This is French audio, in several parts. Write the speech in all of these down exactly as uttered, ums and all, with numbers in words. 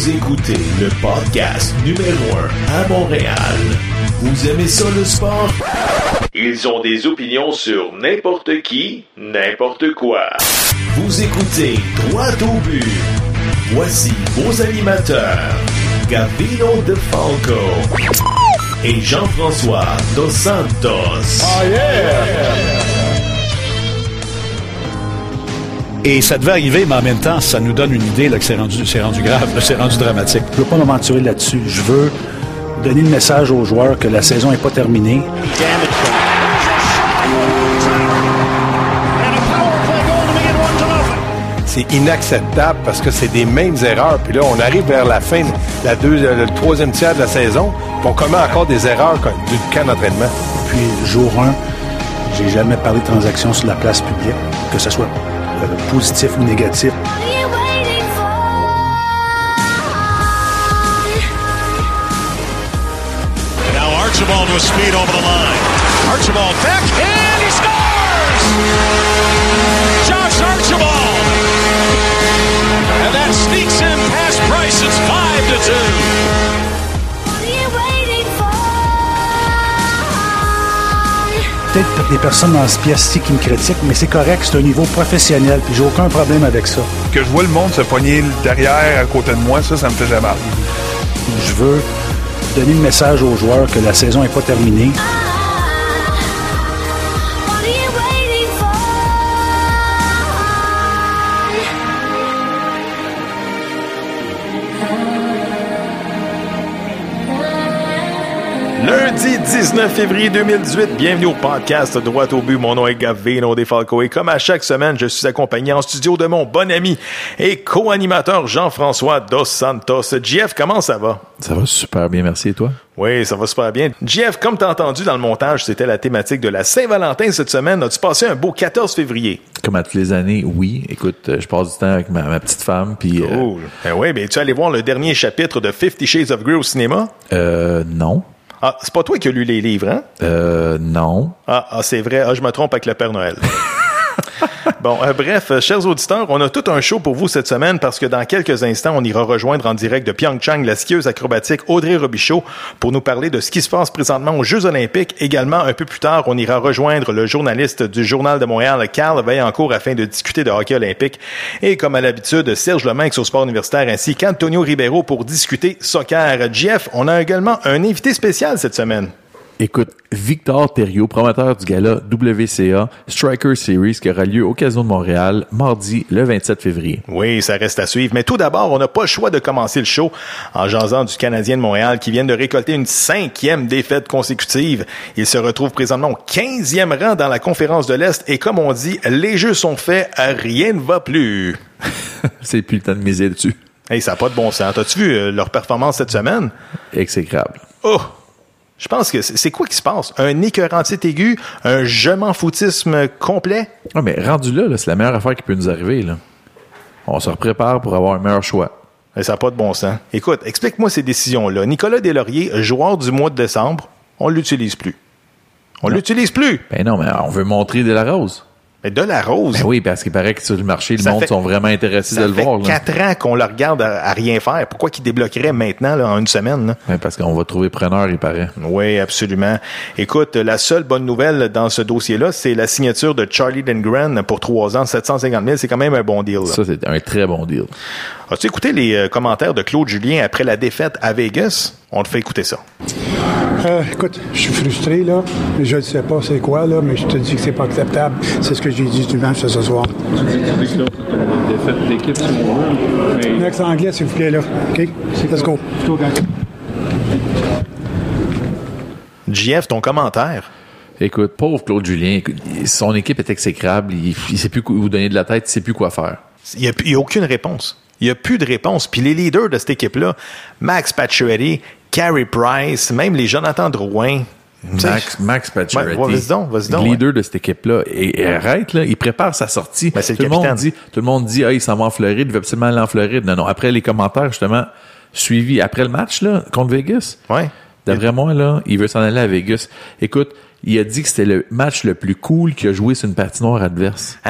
Vous écoutez le podcast numéro un à Montréal. Vous aimez ça le sport? Ils ont des opinions sur n'importe qui, n'importe quoi. Vous écoutez Droit au but. Voici vos animateurs, Gavino De Falco et Jean-François Dos Santos. Oh yeah! Et ça devait arriver, mais en même temps, ça nous donne une idée là, que c'est rendu, c'est rendu grave, là, c'est rendu dramatique. Je ne veux pas m'aventurer là-dessus. Je veux donner le message aux joueurs que la saison n'est pas terminée. C'est inacceptable parce que c'est des mêmes erreurs. Puis là, on arrive vers la fin, la deux, le troisième tiers de la saison, puis on commet encore des erreurs du camp d'entraînement. Puis, jour un, j'ai jamais parlé de transactions sur la place publique, que ce soit euh, positif ou négatif. Now Archibald with speed over the line. Archibald back and he scores! Josh Archibald! And that sneaks in past Price. It's five to two. Peut-être des personnes dans ce pièce-ci qui me critiquent, mais c'est correct, c'est un niveau professionnel, puis j'ai aucun problème avec ça. Que je vois le monde se pogner derrière à côté de moi, ça, ça me fait jamais mal. Je veux donner le message aux joueurs que la saison n'est pas terminée. Lundi dix-neuf février deux mille dix-huit, bienvenue au podcast Droit au but. Mon nom est Gavino De Falco et comme à chaque semaine, je suis accompagné en studio de mon bon ami et co-animateur Jean-François Dos Santos. Jeff, comment ça va? Ça va super bien, merci. Et toi? Oui, ça va super bien. Jeff, comme t'as entendu dans le montage, c'était la thématique de la Saint-Valentin cette semaine. As-tu passé un beau quatorze février? Comme à toutes les années, oui. Écoute, je passe du temps avec ma, ma petite femme. Puis, cool. Euh... Ben oui, ben tu es allé voir le dernier chapitre de Fifty Shades of Grey au cinéma? Euh, non. Ah, c'est pas toi qui as lu les livres, hein? Euh, non. Ah, ah c'est vrai. Ah, je me trompe avec le Père Noël. Bon, euh, bref, euh, chers auditeurs, on a tout un show pour vous cette semaine parce que dans quelques instants, on ira rejoindre en direct de Pyeongchang la skieuse acrobatique Audrey Robichaud pour nous parler de ce qui se passe présentement aux Jeux olympiques. Également, un peu plus tard, on ira rejoindre le journaliste du Journal de Montréal, Carl Vaillancourt, afin de discuter de hockey olympique. Et comme à l'habitude, Serge Lemaître au sport universitaire ainsi qu'Antonio Ribeiro pour discuter soccer. Jeff, on a également un invité spécial cette semaine. Écoute, Victor Thériault, promoteur du gala W C A Striker Series qui aura lieu au Casino de Montréal, mardi le vingt-sept février. Oui, ça reste à suivre. Mais tout d'abord, on n'a pas le choix de commencer le show en jasant du Canadien de Montréal qui vient de récolter une cinquième défaite consécutive. Il se retrouve présentement au quinzième rang dans la conférence de l'Est et comme on dit, les jeux sont faits, rien ne va plus. C'est plus le temps de miser dessus. Hey, ça n'a pas de bon sens. T'as-tu vu euh, leur performance cette semaine? Exécrable. Oh! Je pense que c'est quoi qui se passe? Un écœurantite aigu? Un je m'en foutisme complet? Ah, mais rendu là, là, c'est la meilleure affaire qui peut nous arriver, là. On se prépare pour avoir un meilleur choix. Et ça n'a pas de bon sens. Écoute, explique-moi ces décisions-là. Nicolas Deslauriers, joueur du mois de décembre, on l'utilise plus. On non. l'utilise plus! Ben non, mais on veut montrer de la rose. Mais de la rose. Ben oui, parce qu'il paraît que sur le marché, le ça monde fait, sont vraiment intéressés de le voir. Ça fait quatre ans qu'on le regarde à, à rien faire. Pourquoi qu'il débloquerait maintenant, là, en une semaine? Là? Ben parce qu'on va trouver preneur, il paraît. Oui, absolument. Écoute, la seule bonne nouvelle dans ce dossier-là, c'est la signature de Charlie Lindgren pour trois ans, sept cent cinquante mille. C'est quand même un bon deal. Là. Ça, c'est un très bon deal. As-tu écouté les euh, commentaires de Claude Julien après la défaite à Vegas? On te fait écouter ça. Euh, écoute, je suis frustré, là. Je ne sais pas c'est quoi, là, mais je te dis que c'est pas acceptable. C'est ce que j'ai dit du match ce soir. Next anglais, s'il vous plaît, là. OK? Let's go. J F, ton commentaire? Écoute, pauvre Claude Julien, écoute, son équipe est exécrable. Il ne sait plus où donner de la tête, il ne sait plus quoi faire. Il n'y a, a aucune réponse. Il n'y a plus de réponse. Puis les leaders de cette équipe-là, Max Pacioretty, Carey Price, même les Jonathan Drouin. Max, Max Pacioretty, ouais, vas-y donc, vas-y donc, leader ouais. de cette équipe-là. Et, et arrête, là, il prépare sa sortie. Ben, c'est tout, le le monde capitaine. dit, tout le monde dit, ah, il s'en va en Floride, il veut absolument aller en Floride. Non, non. Après les commentaires, justement, suivis, après le match, là, contre Vegas. Ouais. D'après il... moi, là, il veut s'en aller à Vegas. Écoute, il a dit que c'était le match le plus cool qu'il a joué sur une patinoire adverse. Hein?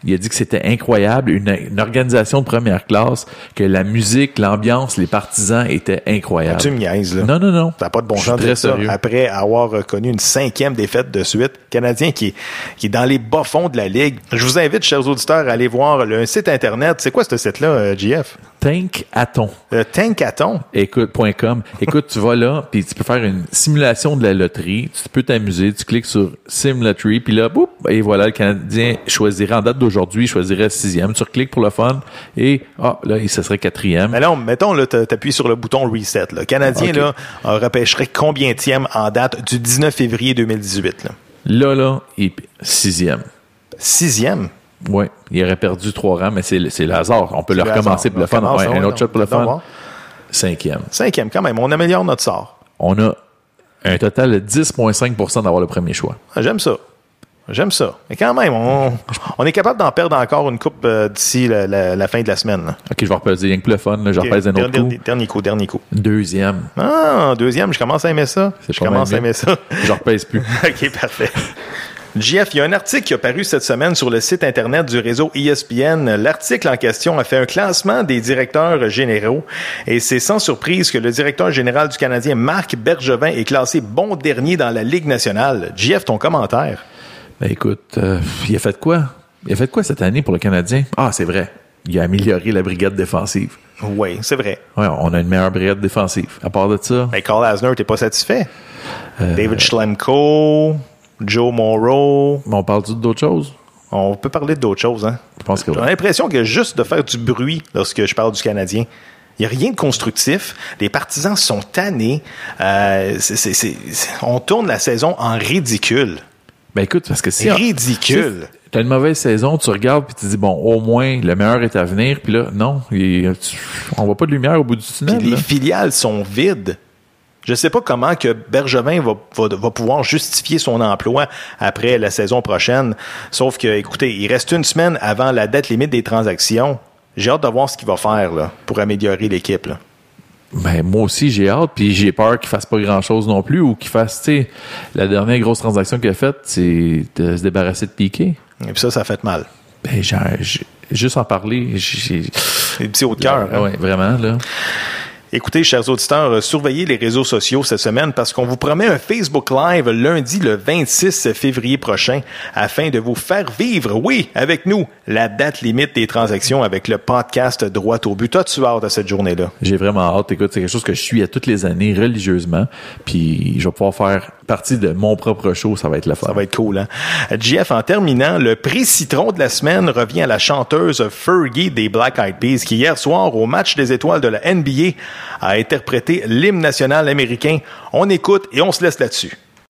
Il a dit que c'était incroyable, une, une organisation de première classe, que la musique, l'ambiance, les partisans étaient incroyables. Tu me niaises, là. Non, non, non. T'as pas de bon Je suis sens de très ça. sérieux. Après avoir connu une cinquième défaite de suite, Canadien qui est, qui est dans les bas-fonds de la Ligue. Je vous invite, chers auditeurs, à aller voir le site Internet. C'est quoi ce site-là, euh, J F? Tankathon. Le Tankathon. Écoute, .com. Écoute, tu vas là, puis tu peux faire une simulation de la loterie. Tu peux t'amuser. Tu cliques sur Sim Lottery, puis là, boum, et voilà, le Canadien choisirait, en date d'aujourd'hui, choisirait sixième. Tu recliques pour le fun, et, ah, là, il se serait quatrième. Mais là, mettons, là, t'appuies sur le bouton Reset, là. Canadien, Okay. là, repêcherait combientième en date du dix-neuf février deux mille dix-huit, là? Là, là, il est sixième. Sixième? Oui, il aurait perdu trois rangs, mais c'est, c'est le hasard. On peut C'est le le recommencer hasard. pour le fun. Recommence, Ouais, ouais, un non, autre shot pour le non, fun. voir. Cinquième. Cinquième, quand même. On améliore notre sort. On a un total de dix virgule cinq pour cent d'avoir le premier choix. Ah, J'aime ça. J'aime ça. Mais quand même, on, on est capable d'en perdre encore une coupe euh, d'ici la, la, la fin de la semaine, là. OK, je vais repaiser rien que pour le fun. Là, je Ok, repèse un autre dernier, coup. dernier coup, dernier coup. Deuxième. Ah, deuxième, je commence à aimer ça. C'est Je pas commence à mal aimer ça. Je repèse plus. OK, parfait. J F, il y a un article qui a paru cette semaine sur le site Internet du réseau E S P N. L'article en question a fait un classement des directeurs généraux et c'est sans surprise que le directeur général du Canadien, Marc Bergevin, est classé bon dernier dans la Ligue nationale. J F, ton commentaire? Ben écoute, euh, il a fait quoi? Il a fait quoi cette année pour le Canadien? Ah, c'est vrai. Il a amélioré la brigade défensive. Oui, c'est vrai. Ouais, on a une meilleure brigade défensive. À part de ça... Mais Carl Asner, t'es pas satisfait? Euh, David Schlemko, Joe Morrow. Mais on parle d'autre chose? On peut parler d'autres choses, hein? Je pense que J'ai oui. l'impression que juste de faire du bruit lorsque je parle du Canadien, il n'y a rien de constructif. Les partisans sont tannés. Euh, c'est, c'est, c'est, c'est- on tourne la saison en ridicule. Ben écoute, parce que si... Ridicule. Si t'as une mauvaise saison, tu regardes puis tu dis, bon, au moins, le meilleur est à venir. Puis là, non, il, tu- on voit pas de lumière au bout du tunnel. Puis les là. filiales sont vides. Je sais pas comment que Bergevin va, va, va pouvoir justifier son emploi après la saison prochaine. Sauf que, écoutez, il reste une semaine avant la date limite des transactions. J'ai hâte de voir ce qu'il va faire là, pour améliorer l'équipe, là. Ben, moi aussi, j'ai hâte, puis j'ai peur qu'il fasse pas grand-chose non plus, ou qu'il fasse, tu sais, la dernière grosse transaction qu'il a faite, c'est de se débarrasser de Piqué. Et puis ça, ça fait mal. Ben, j'ai, j'ai- juste en parler, j'ai... Les petits hauts de cœur. hein. Ouais, vraiment, là. Écoutez, chers auditeurs, euh, surveillez les réseaux sociaux cette semaine parce qu'on vous promet un Facebook Live lundi le vingt-six février prochain afin de vous faire vivre, oui, avec nous, la date limite des transactions avec le podcast Droit au but. Toi, tu as hâte à cette journée-là. J'ai vraiment hâte. Écoute, c'est quelque chose que je suis à toutes les années religieusement, puis je vais pouvoir faire partie de mon propre show. Ça va être la fun. Ça va être cool, hein? J F, en terminant, le prix Citron de la semaine revient à la chanteuse Fergie des Black Eyed Peas qui, hier soir, au match des étoiles de la N B A, a interprété l'hymne national américain. On écoute et on se laisse là-dessus.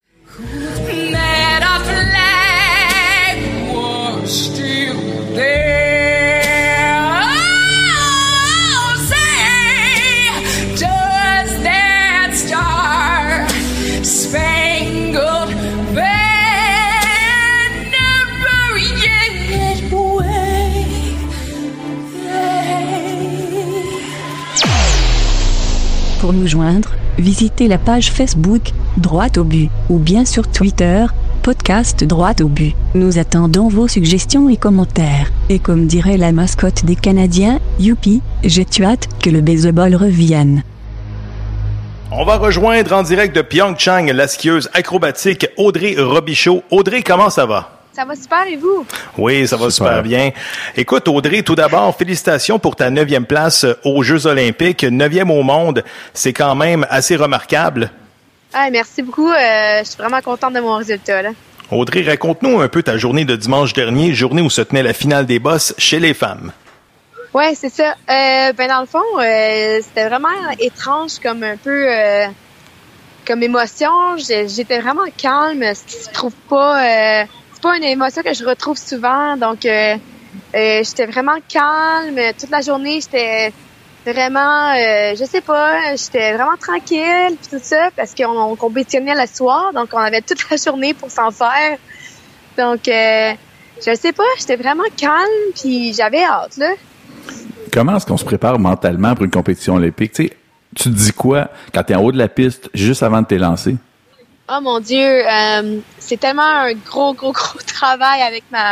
That our flag was still there. Oh, say, does that star spangled banner yet wave? Pour nous joindre, visitez la page Facebook, Droit au but, ou bien sur Twitter, podcast Droit au but. Nous attendons vos suggestions et commentaires. Et comme dirait la mascotte des Canadiens, youpi, j'ai hâte que le baseball revienne. On va rejoindre en direct de Pyeongchang la skieuse acrobatique Audrey Robichaud. Audrey, comment ça va? Ça va super, et vous? Oui, ça va super, Super. bien. Écoute, Audrey, tout d'abord, félicitations pour ta neuvième place aux Jeux olympiques. Neuvième au monde, c'est quand même assez remarquable. Ah, merci beaucoup. Euh, je suis vraiment contente de mon résultat, là. Audrey, raconte-nous un peu ta journée de dimanche dernier, journée où se tenait la finale des bosses chez les femmes. Ouais, c'est ça. Euh, ben dans le fond, euh, c'était vraiment étrange comme un peu euh, comme émotion. J'ai- J'étais vraiment calme, ce qui se trouve pas. Euh, c'est pas une émotion que je retrouve souvent. Donc, euh, euh, j'étais vraiment calme toute la journée. J'étais vraiment, euh, je sais pas, j'étais vraiment tranquille puis tout ça parce qu'on on compétitionnait le soir, donc on avait toute la journée pour s'en faire. Donc, euh, je sais pas, j'étais vraiment calme puis j'avais hâte là. Comment est-ce qu'on se prépare mentalement pour une compétition olympique? Tu sais, tu te dis quoi quand t'es en haut de la piste juste avant de t'élancer? Oh mon Dieu, euh, c'est tellement un gros, gros, gros travail avec ma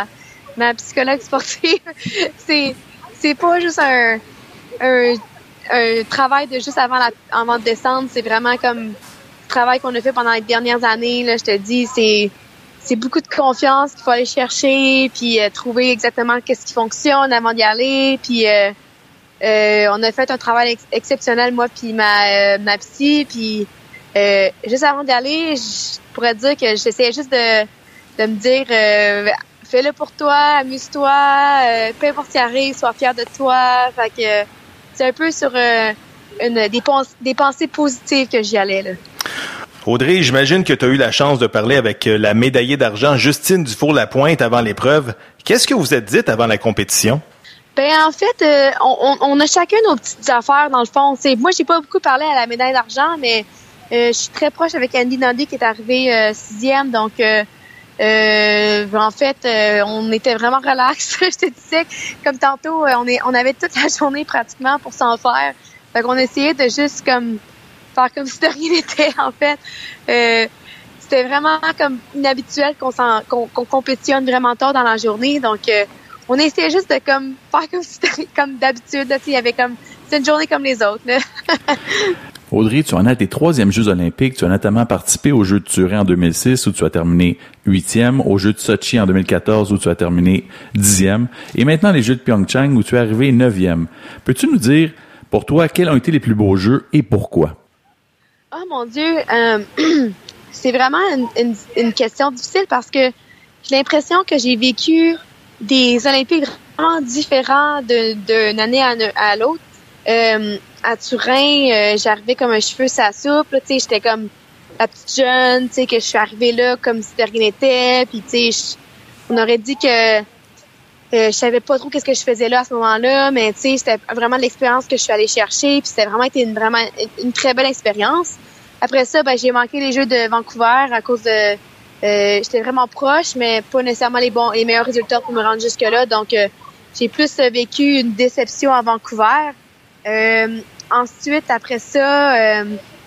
ma psychologue sportive. c'est, c'est pas juste un, un, un travail de juste avant, la, avant de descendre. C'est vraiment comme le travail qu'on a fait pendant les dernières années. Là, je te dis, c'est, c'est beaucoup de confiance qu'il faut aller chercher, puis euh, trouver exactement qu'est-ce qui fonctionne avant d'y aller. Puis euh, euh, on a fait un travail ex- exceptionnel, moi puis ma, euh, ma psy. Puis euh, juste avant d'y aller, je pourrais dire que j'essayais juste de, de me dire euh, fais-le pour toi, amuse-toi, euh, peu importe ce qui arrive, sois fier de toi. Fait que euh, c'est un peu sur euh, une, des, pens- des pensées positives que j'y allais, là. Audrey, j'imagine que tu as eu la chance de parler avec la médaillée d'argent Justine Dufour-Lapointe avant l'épreuve. Qu'est-ce que vous êtes dites avant la compétition? Ben en fait, euh, on, on a chacun nos petites affaires dans le fond. T'sais, moi, j'ai pas beaucoup parlé à la médaille d'argent, mais euh, je suis très proche avec Andy Nandi qui est arrivé euh, sixième. Donc, euh, euh, en fait, euh, on était vraiment relax. Je te disais, comme tantôt, on est, on avait toute la journée pratiquement pour s'en faire. Fait qu'on essayait de juste comme faire comme si de rien n'était, en fait. Euh, c'était vraiment comme inhabituel qu'on, s'en, qu'on, qu'on compétitionne vraiment tard dans la journée. Donc, euh, on essayait juste de comme faire comme si c'était comme d'habitude. Là, il y avait comme, c'est une journée comme les autres. Là. Audrey, tu en as tes troisièmes Jeux olympiques. Tu as notamment participé aux Jeux de Turin en deux mille six, où tu as terminé huitième, aux Jeux de Sochi en deux mille quatorze, où tu as terminé dixième, et maintenant les Jeux de Pyeongchang, où tu es arrivé neuvième. Peux-tu nous dire, pour toi, quels ont été les plus beaux Jeux et pourquoi? Oh mon Dieu, euh, c'est vraiment une, une, une question difficile parce que j'ai l'impression que j'ai vécu des Olympiques vraiment différents de, d'une année à, à l'autre. Euh, à Turin, euh, j'arrivais comme un cheveu sa soupe, tu sais, j'étais comme la petite jeune, tu sais, que je suis arrivée là comme si de rien n'était, puis tu sais, on aurait dit que euh, je savais pas trop qu'est-ce que je faisais là à ce moment-là, mais tu sais, c'était vraiment de l'expérience que je suis allée chercher, puis c'était vraiment été une vraiment une très belle expérience. Après ça, ben j'ai manqué les Jeux de Vancouver à cause de euh, j'étais vraiment proche, mais pas nécessairement les bons les meilleurs résultats pour me rendre jusque là, donc euh, j'ai plus vécu une déception à Vancouver. Euh, ensuite, après ça, euh,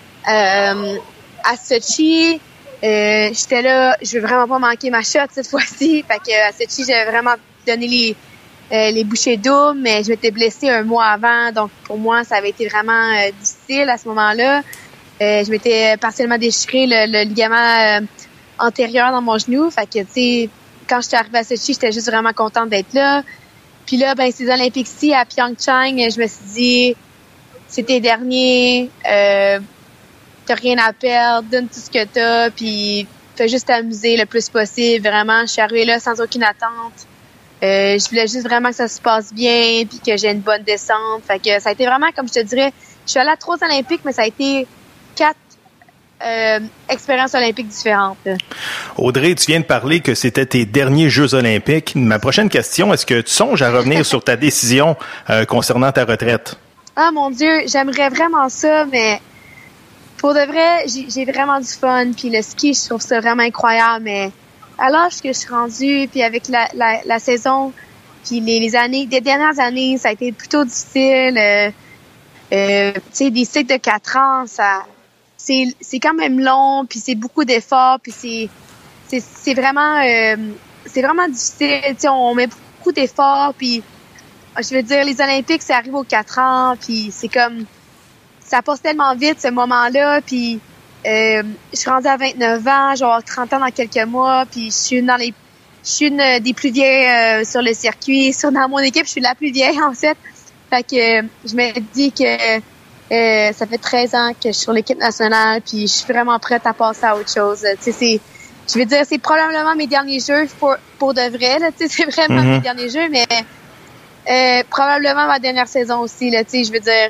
euh, à Sochi, euh, j'étais là, je veux vraiment pas manquer ma shot cette fois-ci. Fait que à Sochi, j'avais vraiment donné les euh, les bouchées doubles, mais je m'étais blessée un mois avant, donc pour moi, ça avait été vraiment euh, difficile à ce moment-là. Euh, je m'étais partiellement déchiré le, le ligament euh, antérieur dans mon genou. Fait que, tu sais, quand j'étais arrivée à Sochi, j'étais juste vraiment contente d'être là. Puis là, ben, ces Olympiques-ci à Pyeongchang, je me suis dit, c'est tes derniers, euh, t'as rien à perdre, donne tout ce que t'as, puis fais juste t'amuser le plus possible. Vraiment, je suis arrivée là sans aucune attente. Euh, je voulais juste vraiment que ça se passe bien, puis que j'ai une bonne descente. Fait que ça a été vraiment, comme je te dirais, je suis allée à trois Olympiques, mais ça a été quatre euh, expériences olympiques différentes. Audrey, tu viens de parler que c'était tes derniers Jeux olympiques. Ma prochaine question, est-ce que tu songes à revenir sur ta décision euh, concernant ta retraite? Ah mon Dieu, j'aimerais vraiment ça, mais pour de vrai, j'ai, j'ai vraiment du fun. Puis le ski, je trouve ça vraiment incroyable. Mais à l'âge que je suis rendue, puis avec la, la, la saison, puis les, les années, les dernières années, ça a été plutôt difficile. Euh, euh, tu sais, des cycles de quatre ans, ça, c'est, c'est quand même long, puis c'est beaucoup d'efforts, puis c'est, c'est, c'est vraiment, euh, c'est vraiment difficile. Tu sais, on met beaucoup d'efforts, puis je veux dire, les Olympiques, ça arrive aux quatre ans, puis c'est comme, ça passe tellement vite, ce moment-là, puis euh, je suis rendue à vingt-neuf ans, je vais avoir trente ans dans quelques mois, puis je suis une dans les, je suis une des plus vieilles euh, sur le circuit, sur dans mon équipe, je suis la plus vieille, en fait. Fait que euh, je me dis que euh, ça fait treize ans que je suis sur l'équipe nationale, puis je suis vraiment prête à passer à autre chose. Tu sais, c'est, je veux dire, c'est probablement mes derniers jeux pour, pour de vrai, là, tu sais, c'est vraiment mm-hmm. mes derniers jeux, mais Euh, probablement ma dernière saison aussi, là, tu sais, je veux dire,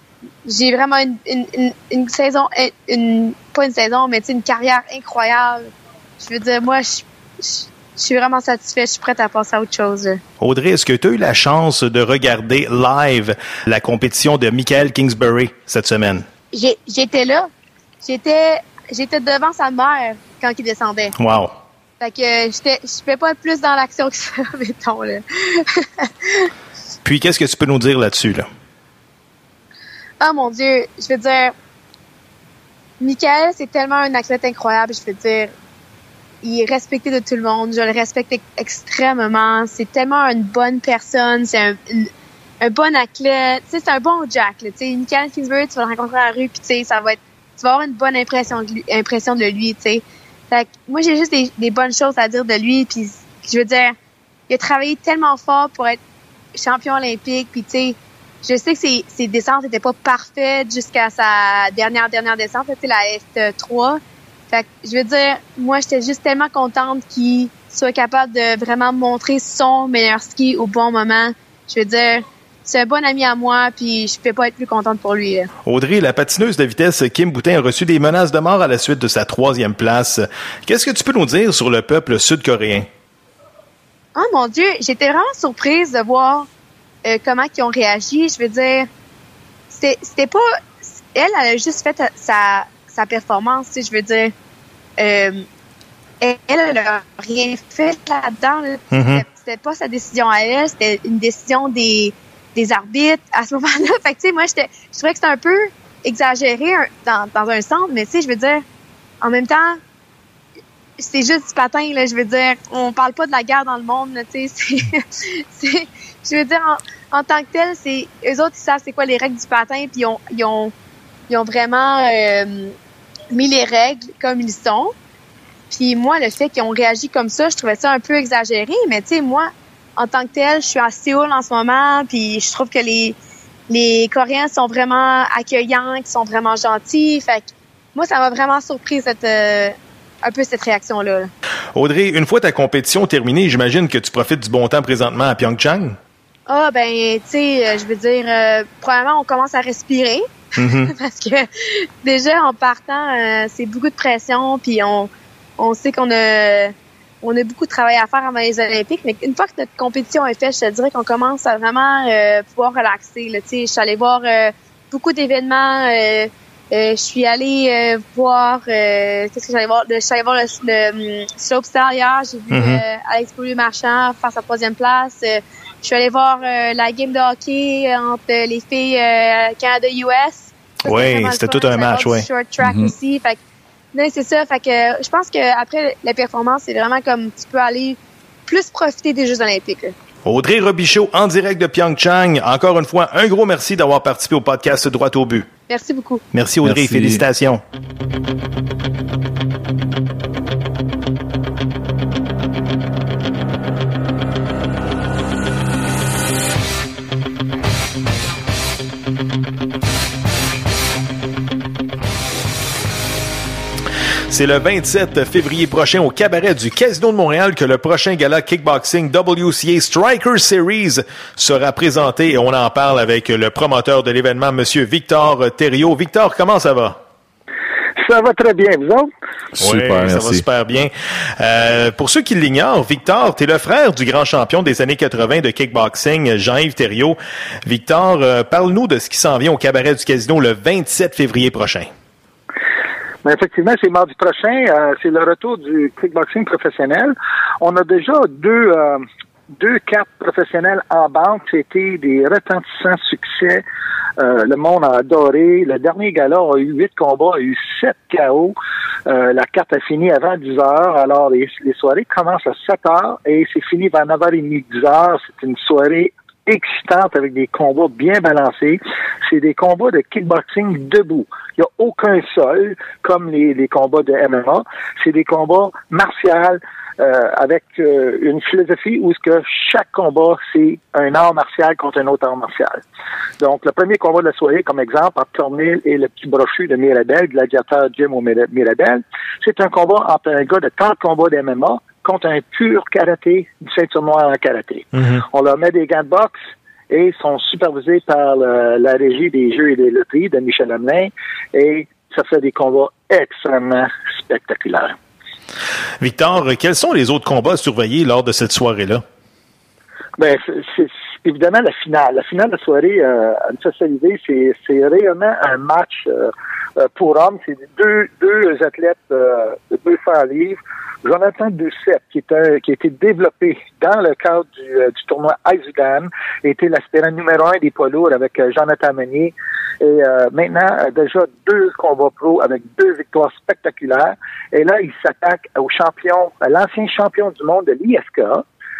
j'ai vraiment une, une, une, une saison, une, pas une saison, mais tu sais, une carrière incroyable. Je veux dire, moi, je, je, je suis vraiment satisfaite, je suis prête à passer à autre chose. Audrey, est-ce que tu as eu la chance de regarder live la compétition de Michael Kingsbury cette semaine? J'ai, j'étais là. J'étais, j'étais devant sa mère quand il descendait. Wow. Fait que j'étais, je pouvais pas être plus dans l'action que ça, mettons, là. Puis, qu'est-ce que tu peux nous dire là-dessus, là? Ah, mon Dieu, je veux dire, Michael, c'est tellement un athlète incroyable, je veux dire, il est respecté de tout le monde. Je le respecte extrêmement. C'est tellement une bonne personne. C'est un, une, un bon athlète. Tu sais, c'est un bon Jack. Tu sais, Michael Kingsbury, tu vas le rencontrer à la rue, puis tu sais, ça va être, tu vas avoir une bonne impression de lui. Impression de lui, tu sais. Fait que moi, j'ai juste des, des bonnes choses à dire de lui. Puis, je veux dire, il a travaillé tellement fort pour être champion olympique. Puis, tu sais, je sais que ses, ses descentes n'étaient pas parfaites jusqu'à sa dernière, dernière descente, tu sais, la F trois. Fait que, je veux dire, moi, j'étais juste tellement contente qu'il soit capable de vraiment montrer son meilleur ski au bon moment. Je veux dire, c'est un bon ami à moi, puis je peux pas être plus contente pour lui. Là. Audrey, la patineuse de vitesse Kim Boutin a reçu des menaces de mort à la suite de sa troisième place. Qu'est-ce que tu peux nous dire sur le peuple sud-coréen? Oh mon Dieu, j'étais vraiment surprise de voir euh, comment ils ont réagi. Je veux dire, c'était, c'était pas... Elle, elle a juste fait sa, sa performance, tu sais, je veux dire. Euh, elle, elle a rien fait là-dedans. Là. Mm-hmm. C'était, c'était pas sa décision à elle, c'était une décision des... des arbitres à ce moment-là. Fait que, tu sais, moi, j'étais, je trouvais que c'était un peu exagéré un, dans, dans un sens, mais tu sais, je veux dire, en même temps, c'est juste du patin, là, je veux dire, on parle pas de la guerre dans le monde, là, tu sais, c'est, c'est, je veux dire, en, en tant que tel, c'est, eux autres, ils savent c'est quoi les règles du patin, puis ils ont, ils ont, ils ont vraiment euh, mis les règles comme ils sont. Puis moi, le fait qu'ils ont réagi comme ça, je trouvais ça un peu exagéré, mais tu sais, moi, en tant que tel, je suis à Séoul en ce moment, puis je trouve que les les Coréens sont vraiment accueillants, qui sont vraiment gentils. Fait que moi, ça m'a vraiment surpris cette euh, un peu cette réaction-là. Audrey, une fois ta compétition terminée, j'imagine que tu profites du bon temps présentement à Pyeongchang? Ah, ben, tu sais, je veux dire, euh, probablement, on commence à respirer. Mm-hmm. Parce que déjà, en partant, euh, c'est beaucoup de pression, puis on, on sait qu'on a... On a beaucoup de travail à faire avant les Olympiques, mais une fois que notre compétition est faite, je te dirais qu'on commence à vraiment euh, pouvoir relaxer. Là. Tu sais, je suis allée voir euh, beaucoup d'événements. Euh, euh, je suis allée euh, voir... Euh, qu'est-ce que j'allais voir? Je suis allée voir le, le, le slopestyle hier. J'ai vu mm-hmm. euh, Alex Beaulieu-Marchand faire sa troisième place. Euh, je suis allée voir euh, la game de hockey entre les filles euh, Canada-U S. Oui, c'était tout un match, oui. Short track mm-hmm. aussi. Fait que, non, c'est ça. Fait que je pense qu'après la performance, c'est vraiment comme tu peux aller plus profiter des Jeux olympiques. Là. Audrey Robichaud, en direct de Pyeongchang. Encore une fois, un gros merci d'avoir participé au podcast Droit au but. Merci beaucoup. Merci Audrey, merci. Félicitations. C'est le vingt-sept février prochain au cabaret du Casino de Montréal que le prochain gala Kickboxing W C A Striker Series sera présenté et on en parle avec le promoteur de l'événement, Monsieur Victor Thériault. Victor, comment ça va? Ça va très bien, vous autres? Super, oui, ça va super bien. Euh, pour ceux qui l'ignorent, Victor, tu es le frère du grand champion des années quatre-vingts de kickboxing, Jean-Yves Thériault. Victor, euh, parle-nous de ce qui s'en vient au cabaret du Casino le vingt-sept février prochain. Mais effectivement, c'est mardi prochain. Euh, c'est le retour du kickboxing professionnel. On a déjà deux euh, deux cartes professionnelles en banque. C'était des retentissants succès. Euh, le monde a adoré. Le dernier gala a eu huit combats, a eu sept K O. Euh, la carte a fini avant dix heures. Alors, les, les soirées commencent à sept heures et c'est fini vers neuf heures trente, dix heures. C'est une soirée excitante avec des combats bien balancés. C'est des combats de kickboxing debout. Il n'y a aucun sol comme les, les combats de M M A. C'est des combats martiaux euh, avec euh, une philosophie où ce que chaque combat, c'est un art martial contre un autre art martial. Donc, le premier combat de la soirée, comme exemple, entre Cornel et le petit brochu de Mirabel, gladiateur Jim au Mirabel, c'est un combat entre un gars de trente combats de M M A contre un pur karaté, du ceinture noire en karaté. Mm-hmm. On leur met des gants de boxe et sont supervisés par le, la régie des jeux et des loteries de Michel Hamelin et ça fait des combats extrêmement spectaculaires. Victor, quels sont les autres combats à surveiller lors de cette soirée-là? Ben, c'est, c'est évidemment la finale. La finale de la soirée, euh, à une socialisée, c'est, c'est réellement un match euh, pour hommes. C'est deux, deux athlètes euh, de deux cents livres. Jonathan Doucette, qui, est un, qui a été développé dans le cadre du, euh, du tournoi Aizudan, était l'aspirant numéro un des poids lourds avec euh, Jonathan Meunier. Et euh, maintenant, euh, déjà deux combats pro avec deux victoires spectaculaires. Et là, il s'attaque au champion, à l'ancien champion du monde de l'I S K A,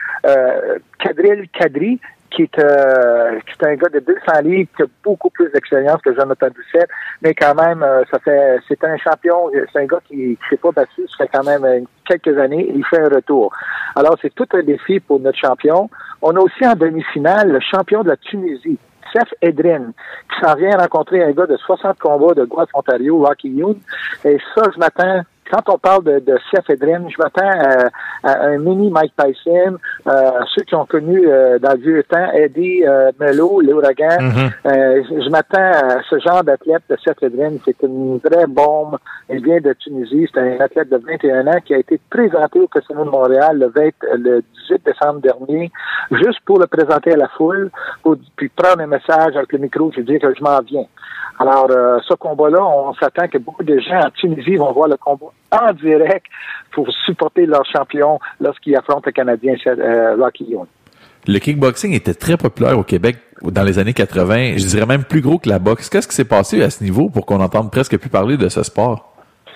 euh, Kadril Kadri, qui est, euh, qui est un gars de deux cents livres, qui a beaucoup plus d'expérience que Jonathan Doucette, mais quand même, euh, ça fait, c'est un champion, c'est un gars qui ne s'est pas battu, ça fait quand même euh, quelques années, il fait un retour. Alors, c'est tout un défi pour notre champion. On a aussi en demi-finale le champion de la Tunisie, Seth Edrin, qui s'en vient rencontrer un gars de soixante combats de Guelph, Ontario, Rocky Yoon. Et ça, je m'attends, quand on parle de, de Seth Edrin, je m'attends à, à un mini Mike Tyson, euh, ceux qui ont connu euh, dans le vieux temps, Eddie euh, Melo, l'Ouragan. Mm-hmm. Euh, je m'attends à ce genre d'athlète de Seth Edrin. C'est une vraie bombe. Il vient de Tunisie. C'est un athlète de vingt et un ans qui a été présenté au Casino de Montréal le, vingt, le dix-huit décembre dernier, juste pour le présenter à la foule, pour, puis prendre un message avec le micro et dire que je m'en viens. Alors, euh, ce combat-là, on s'attend que beaucoup de gens en Tunisie vont voir le combat en direct pour supporter leur champion lorsqu'il affronte le Canadien euh, Rocky Yoon. Le kickboxing était très populaire au Québec dans les années quatre-vingts. Je dirais même plus gros que la boxe. Qu'est-ce qui s'est passé à ce niveau pour qu'on n'entende presque plus parler de ce sport?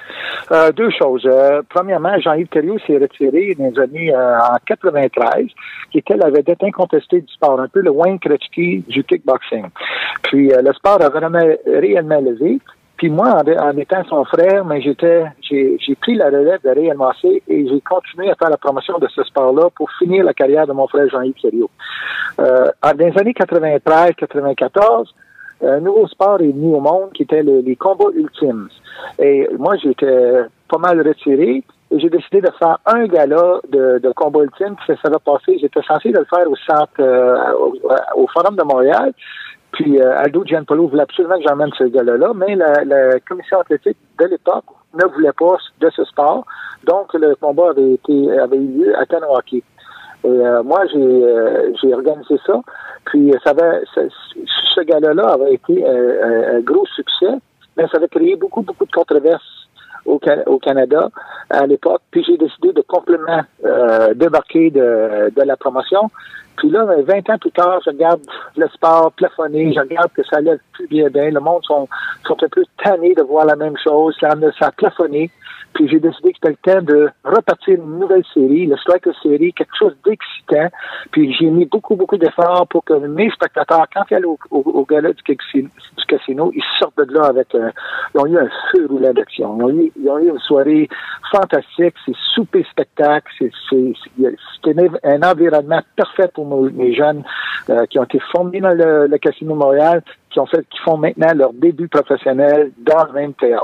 Euh, deux choses. Euh, premièrement, Jean-Yves Thériault s'est retiré dans les années euh, en quatre-vingt-treize, qui était la vedette incontestée du sport, un peu le Wayne Gretzky du kickboxing. Puis euh, le sport a vraiment réellement levé. Puis moi, en, en étant son frère, mais j'étais, j'ai, j'ai pris la relève de Réal Massé et j'ai continué à faire la promotion de ce sport-là pour finir la carrière de mon frère Jean-Yves Thériault. Euh, dans les années quatre-vingt-treize quatre-vingt-quatorze, un nouveau sport est venu au monde qui était le, les combats ultimes. Et moi, j'étais pas mal retiré et j'ai décidé de faire un gala de, de combat ultime. Ça, ça va passer. J'étais censé de le faire au centre, euh, au, au Forum de Montréal. Puis euh, Aldo Gianpolo voulait absolument que j'emmène ce gala-là, mais la, la commission athlétique de l'époque ne voulait pas de ce sport. Donc, le combat avait été avait eu lieu à Kanawaki. Et euh, moi, j'ai euh, j'ai organisé ça. Puis ça avait, ça, ce gala-là avait été euh, un gros succès, mais ça avait créé beaucoup, beaucoup de controverses au, au Canada à l'époque. Puis j'ai décidé de complètement euh, débarquer de, de la promotion. Puis là, vingt ans plus tard, je regarde le sport plafonné, je regarde que ça lève plus bien bien. Le monde sont, sont un peu tannés de voir la même chose. Ça, ça a plafonné. Puis j'ai décidé que c'était le temps de repartir une nouvelle série, le Striker Series, quelque chose d'excitant. Puis j'ai mis beaucoup, beaucoup d'efforts pour que mes spectateurs, quand ils allaient au, au, au gala du, du casino, ils sortent de là avec un... Ils ont eu un feu roulant d'action. Ils ont eu, ils ont eu une soirée fantastique. C'est souper spectacle. C'est, c'est, c'est, c'est un environnement parfait pour nos, mes jeunes euh, qui ont été formés dans le, le Casino Montréal, qui ont fait, qui font maintenant leur début professionnel dans le même théâtre.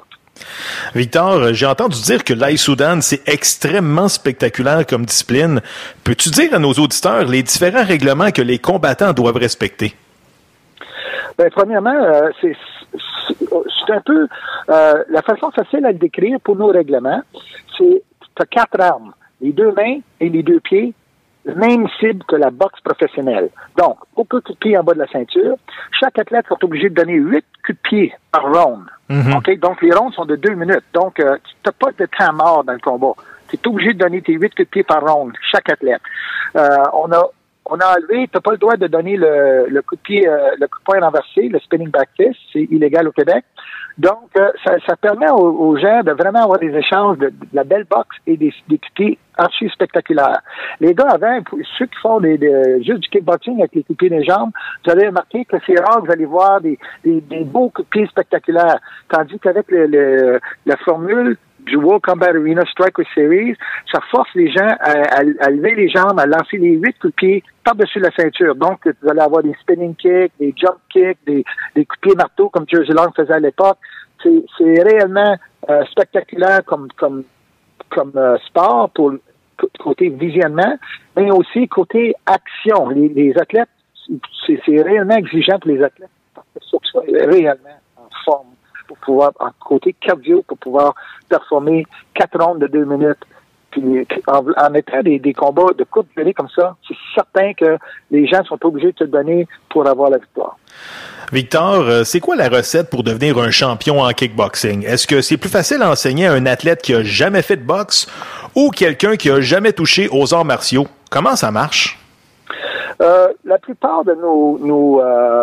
Victor, j'ai entendu dire que l'Aïe-Soudan, c'est extrêmement spectaculaire comme discipline. Peux-tu dire à nos auditeurs les différents règlements que les combattants doivent respecter? Ben, premièrement, euh, c'est, c'est, c'est un peu... Euh, la façon facile à le décrire pour nos règlements, c'est tu as quatre armes, les deux mains et les deux pieds, même cible que la boxe professionnelle. Donc, aucun coup de pied en bas de la ceinture. Chaque athlète est obligé de donner huit coups de pied par round. Mm-hmm. OK? Donc, les rounds sont de deux minutes. Donc, euh, tu n'as pas de temps mort dans le combat. Tu es obligé de donner tes huit coups de pied par round, chaque athlète. Euh, on a on a enlevé, tu n'as pas le droit de donner le, le coup de pied, euh, le coup de poing renversé, le spinning back fist, c'est illégal au Québec. Donc, euh, ça, ça permet aux, aux gens de vraiment avoir des échanges de, de la belle boxe et des, des coups de pied archi spectaculaires. Les gars avant, ceux qui font des, des, juste du kickboxing avec les coups de pied des jambes, vous allez remarquer que c'est rare que vous allez voir des, des, des beaux coups de pied spectaculaires. Tandis qu'avec le, le, la formule du World Combat Arena Striker Series, ça force les gens à, à, à lever les jambes, à lancer les huit coups de pied par-dessus la ceinture. Donc, vous allez avoir des spinning kicks, des jump kicks, des, des coups de pied marteau comme Jersey Long faisait à l'époque. C'est, c'est réellement euh, spectaculaire comme, comme, comme euh, sport pour côté visionnement, mais aussi côté action. Les, les athlètes, c'est, c'est réellement exigeant pour les athlètes parce que ça soit réellement en forme pour pouvoir, en côté cardio, pour pouvoir performer quatre rondes de deux minutes. Puis, en, en mettant des, des combats de courte durée comme ça, c'est certain que les gens sont obligés de se donner pour avoir la victoire. Victor, c'est quoi la recette pour devenir un champion en kickboxing? Est-ce que c'est plus facile à enseigner à un athlète qui a jamais fait de boxe ou quelqu'un qui a jamais touché aux arts martiaux? Comment ça marche? Euh, la plupart de nos nos, euh,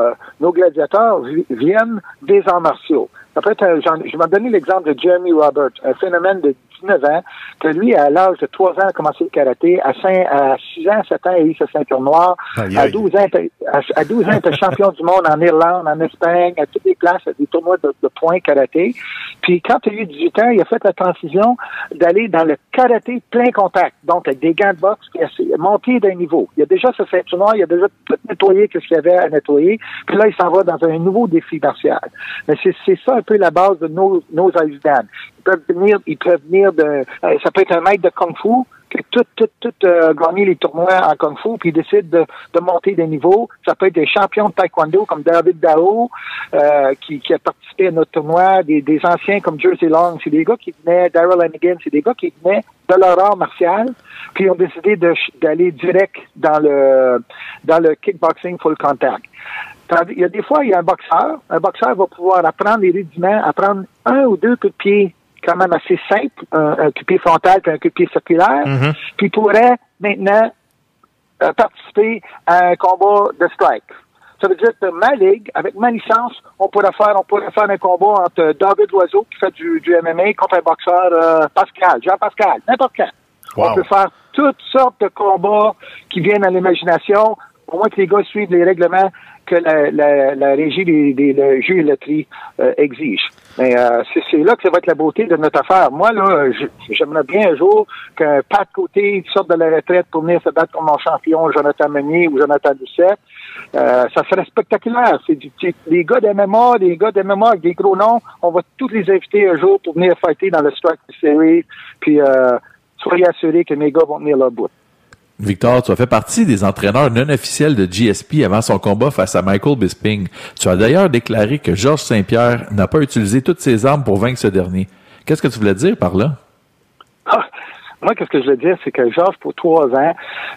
nos gladiateurs vi- viennent des arts martiaux. Après, je vais donner l'exemple de Jeremy Roberts, un phénomène de dix-neuf ans, que lui, à l'âge de trois ans, a commencé le karaté. À, cinq, à six ans, sept ans, il a eu sa ceinture noire. Aïe, aïe. À douze ans, à, à douze ans, il était champion du monde en Irlande, en Espagne, à toutes les places, des tournois de, de points karaté. Puis, quand il a eu dix-huit ans, il a fait la transition d'aller dans le karaté plein contact. Donc, avec des gants de boxe, puis il a monté d'un niveau. Il a déjà sa ceinture noire, il a déjà tout nettoyé ce qu'il y avait à nettoyer. Puis là, il s'en va dans un nouveau défi martial. Mais c'est, c'est ça un peu la base de nos, nos Aikidan. Ils peuvent venir, ils peuvent venir de, euh, ça peut être un maître de Kung Fu, qui a tout, tout, tout euh, gagné les tournois en Kung Fu, puis il décide de, de monter des niveaux. Ça peut être des champions de Taekwondo comme David Dao, euh, qui, qui a participé à notre tournoi, des, des anciens comme Jersey Long. C'est des gars qui venaient, Daryl Hannigan, c'est des gars qui venaient de leur art martial, puis ils ont décidé de, d'aller direct dans le, dans le kickboxing full contact. Il y a des fois, il y a un boxeur. Un boxeur va pouvoir apprendre les rudiments, apprendre un ou deux coups de pied quand même assez simples, un, un coup de pied frontal puis un coup de pied circulaire, mm-hmm. puis il pourrait maintenant euh, participer à un combat de strike. Ça veut dire que ma ligue, avec ma licence, on pourrait faire, on pourrait faire un combat entre David Loiseau qui fait du, du M M A contre un boxeur euh, Pascal, Jean-Pascal, n'importe quand. Wow. On peut faire toutes sortes de combats qui viennent à l'imagination, au moins que les gars suivent les règlements que la, la, la régie des, des le jeux et loteries euh, exige. Mais euh, c'est, c'est là que ça va être la beauté de notre affaire. Moi, là, j'aimerais bien un jour qu'un Pat Côté sorte de la retraite pour venir se battre comme mon champion Jonathan Meunier ou Jonathan Doucet. Euh, ça serait spectaculaire. C'est du, c'est des gars d'M M A, des gars d'M M A avec des gros noms. On va tous les inviter un jour pour venir fighter dans le Strike Series. Puis euh, soyez assurés que mes gars vont venir leur bout. Victor, tu as fait partie des entraîneurs non officiels de G S P avant son combat face à Michael Bisping. Tu as d'ailleurs déclaré que Georges Saint-Pierre n'a pas utilisé toutes ses armes pour vaincre ce dernier. Qu'est-ce que tu voulais dire par là? Ah, moi, qu'est-ce que je veux dire, c'est que Georges, pour trois ans,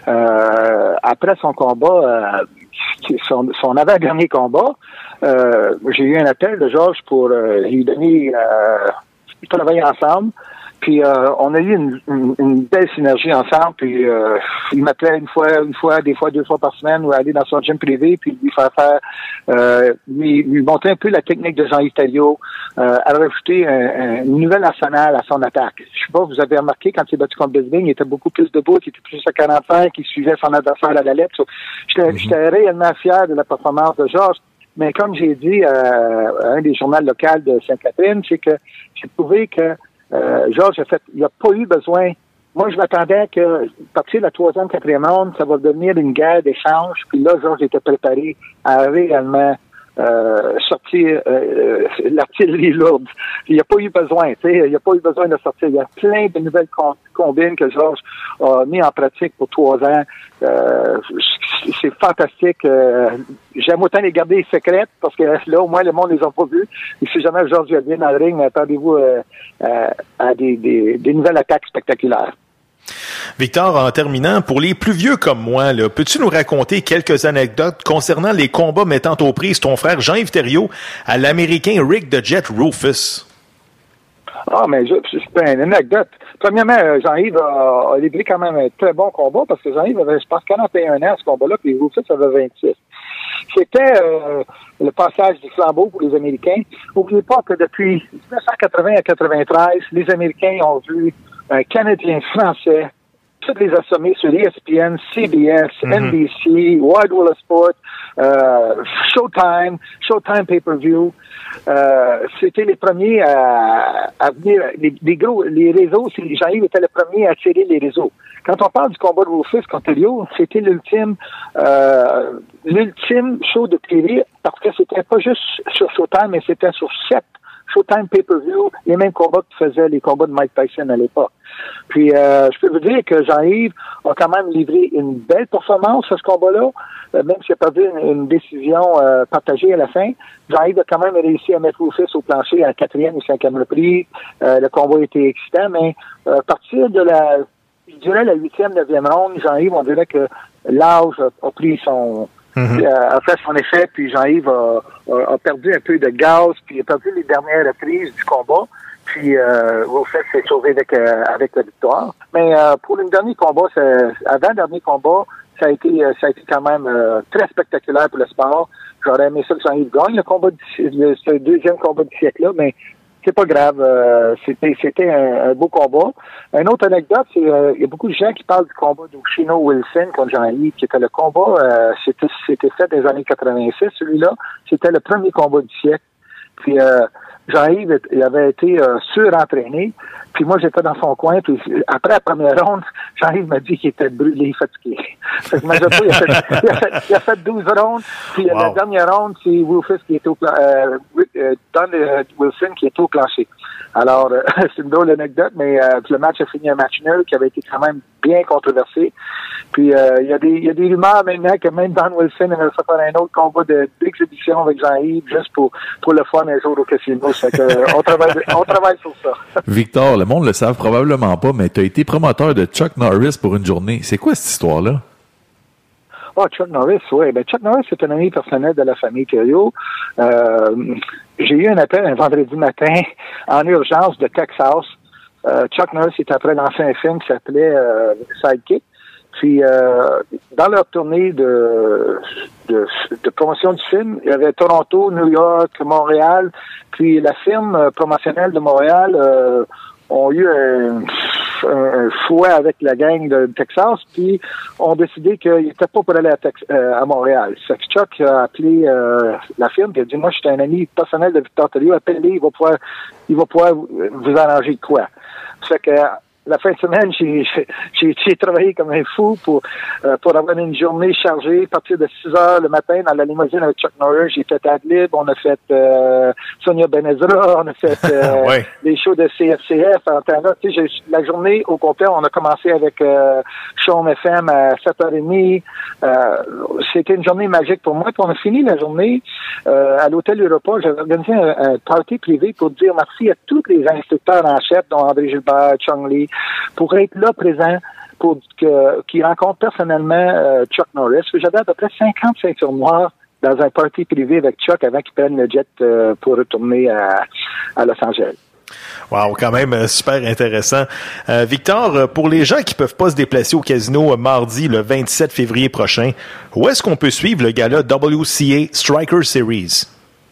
euh, après son combat, euh, son, son avant-dernier combat, euh, j'ai eu un appel de Georges pour euh, lui donner... Euh, ils travaillaient ensemble. Puis euh, on a eu une, une, une belle synergie ensemble. Puis euh, il m'appelait une fois, une fois, des fois deux fois par semaine, ou aller dans son gym privé, puis lui faire faire, euh, lui, lui montrer un peu la technique de Jean-Yves Thériault, euh, à rajouter un, un, une nouvelle arsenal à son attaque. Je sais pas, vous avez remarqué quand il s'est battu contre Bisping, il était beaucoup plus debout, il était plus à quarante-cinq, il suivait son adversaire à la lettre. So, j'étais, mm-hmm. j'étais réellement fier de la performance de Georges. Mais comme j'ai dit euh, à un des journaux locaux de Sainte-Catherine, c'est que j'ai trouvé que Euh, Georges a fait, il n'a pas eu besoin. Moi, je m'attendais que, à partir de la troisième, quatrième ronde, ça va devenir une guerre d'échange. Puis là, Georges était préparé à réellement euh, sortir euh, l'artillerie lourde. Il n'a pas eu besoin, tu sais, il n'a pas eu besoin de sortir. Il y a plein de nouvelles com- combines que Georges a mis en pratique pour trois ans. Euh, c'est fantastique. Euh, j'aime autant les garder secrètes parce que là, au moins, le monde les a pas vues. Et si jamais Georges vient dans le ring, attendez-vous euh, euh, à des, des, des nouvelles attaques spectaculaires. Victor, en terminant, pour les plus vieux comme moi, là, peux-tu nous raconter quelques anecdotes concernant les combats mettant aux prises ton frère Jean-Yves Thériault à l'Américain Rick the Jet Rufus? Ah, mais je, c'est pas une anecdote. Premièrement, Jean-Yves a, a livré quand même un très bon combat parce que Jean-Yves avait, je pense, quarante et un ans à ce combat-là, puis Rufus avait vingt-six. C'était euh, le passage du flambeau pour les Américains. N'oubliez pas que depuis dix-neuf cent quatre-vingts à quatre-vingt-treize, les Américains ont vu un Canadien français, toutes les assommés sur E S P N, C B S, mm-hmm. N B C, Wide World of Sport, euh, Showtime, Showtime Pay-Per-View. Euh, c'était les premiers à, à venir, les, les gros, les réseaux, c'est, Jean-Yves était le premier à attirer les réseaux. Quand on parle du combat de Rufus contre Thériault, c'était l'ultime, euh, l'ultime show de T V, parce que c'était pas juste sur Showtime, mais c'était sur sept Showtime Pay-Per-View, les mêmes combats que faisaient les combats de Mike Tyson à l'époque. Puis, euh, je peux vous dire que Jean-Yves a quand même livré une belle performance à ce combat-là, euh, même s'il a perdu une, une décision euh, partagée à la fin. Jean-Yves a quand même réussi à mettre Rufus au plancher à la quatrième ou cinquième reprise. Euh, le combat était excitant, mais euh, à partir de la, je dirais la huitième, neuvième ronde, Jean-Yves, on dirait que l'âge a, a pris son... Mm-hmm. a fait son effet, puis Jean-Yves a, a, a perdu un peu de gaz, puis il a perdu les dernières reprises du combat, puis euh, Rufus s'est sauvé avec, euh, avec la victoire. Mais euh, pour le dernier combat, c'est, avant le dernier combat, Ça a été, euh, ça a été quand même euh, très spectaculaire pour le sport. J'aurais aimé ça que Jean-Yves gagne le combat du, le, ce deuxième combat du siècle-là, mais c'est pas grave. Euh, c'était, c'était un, un beau combat. Une autre anecdote, c'est euh, il y a beaucoup de gens qui parlent du combat d'Oshino Wilson contre Jean-Yves, qui était le combat. Euh, c'était, c'était fait dans les années quatre-vingt-six. Celui-là, c'était le premier combat du siècle. Puis euh, Jean-Yves, il avait été euh, surentraîné. Puis moi, j'étais dans son coin. Puis après la première ronde, Jean-Yves m'a dit qu'il était brûlé, fatigué. Fait que imagine-toi, il a fait, il a fait, il a fait douze rondes. Puis wow. La dernière ronde, c'est Wilfus qui est au euh, euh, Don euh, Wilson qui est au plancher. Alors, euh, c'est une drôle d'anecdote, mais euh, le match a fini un match nul qui avait été quand même bien controversé. Puis euh, il y a des il y a des rumeurs maintenant que même Don Wilson aimerait faire un autre combat de, d'exhibition avec Jean-Yves juste pour pour le fun un jour au casino. Fait que, euh, on travaille on travaille sur ça. Victor, le monde le savent probablement pas, mais tu as été promoteur de Chuck Norris pour une journée. C'est quoi cette histoire-là? Ah, oh, Chuck Norris, oui. Ben, Chuck Norris, c'est un ami personnel de la famille Thériault. Euh, j'ai eu un appel un vendredi matin en urgence de Texas. Euh, Chuck Norris est après lancé un film qui s'appelait euh, Sidekick. Puis, euh, dans leur tournée de, de, de promotion du film, il y avait Toronto, New York, Montréal. Puis, la firme promotionnelle de Montréal euh, ont eu un, un fouet avec la gang de Texas, puis ont décidé qu'ils n'étaient pas pour aller à, Tex- euh, à Montréal. Fait que Chuck a appelé euh, la firme, puis il a dit, moi, je suis un ami personnel de Victor Thériault, appelez-le, il va pouvoir, il va pouvoir vous arranger de quoi. Fait que, la fin de semaine, j'ai, j'ai, j'ai travaillé comme un fou pour, euh, pour avoir une journée chargée à partir de six heures le matin dans la limousine avec Chuck Norris. J'ai fait Adlib, on a fait euh, Sonia Benezra, on a fait euh, ouais. les shows de C F C F. Tu sais, la journée au complet, on a commencé avec euh, Show F M à sept heures trente. Euh, c'était une journée magique pour moi. Puis on a fini la journée euh, à l'Hôtel Europa. J'avais organisé un, un party privé pour dire merci à tous les instructeurs en chef, dont André Gilbert, Chung Lee, pour être là présent, pour que qui rencontre personnellement euh, Chuck Norris. J'avais à peu près cinquante ceintures noires dans un party privé avec Chuck avant qu'il prenne le jet euh, pour retourner à, à Los Angeles. Wow, quand même euh, super intéressant. Euh, Victor, pour les gens qui peuvent pas se déplacer au casino euh, mardi, le vingt-sept février prochain, où est-ce qu'on peut suivre le gala W C A Striker Series?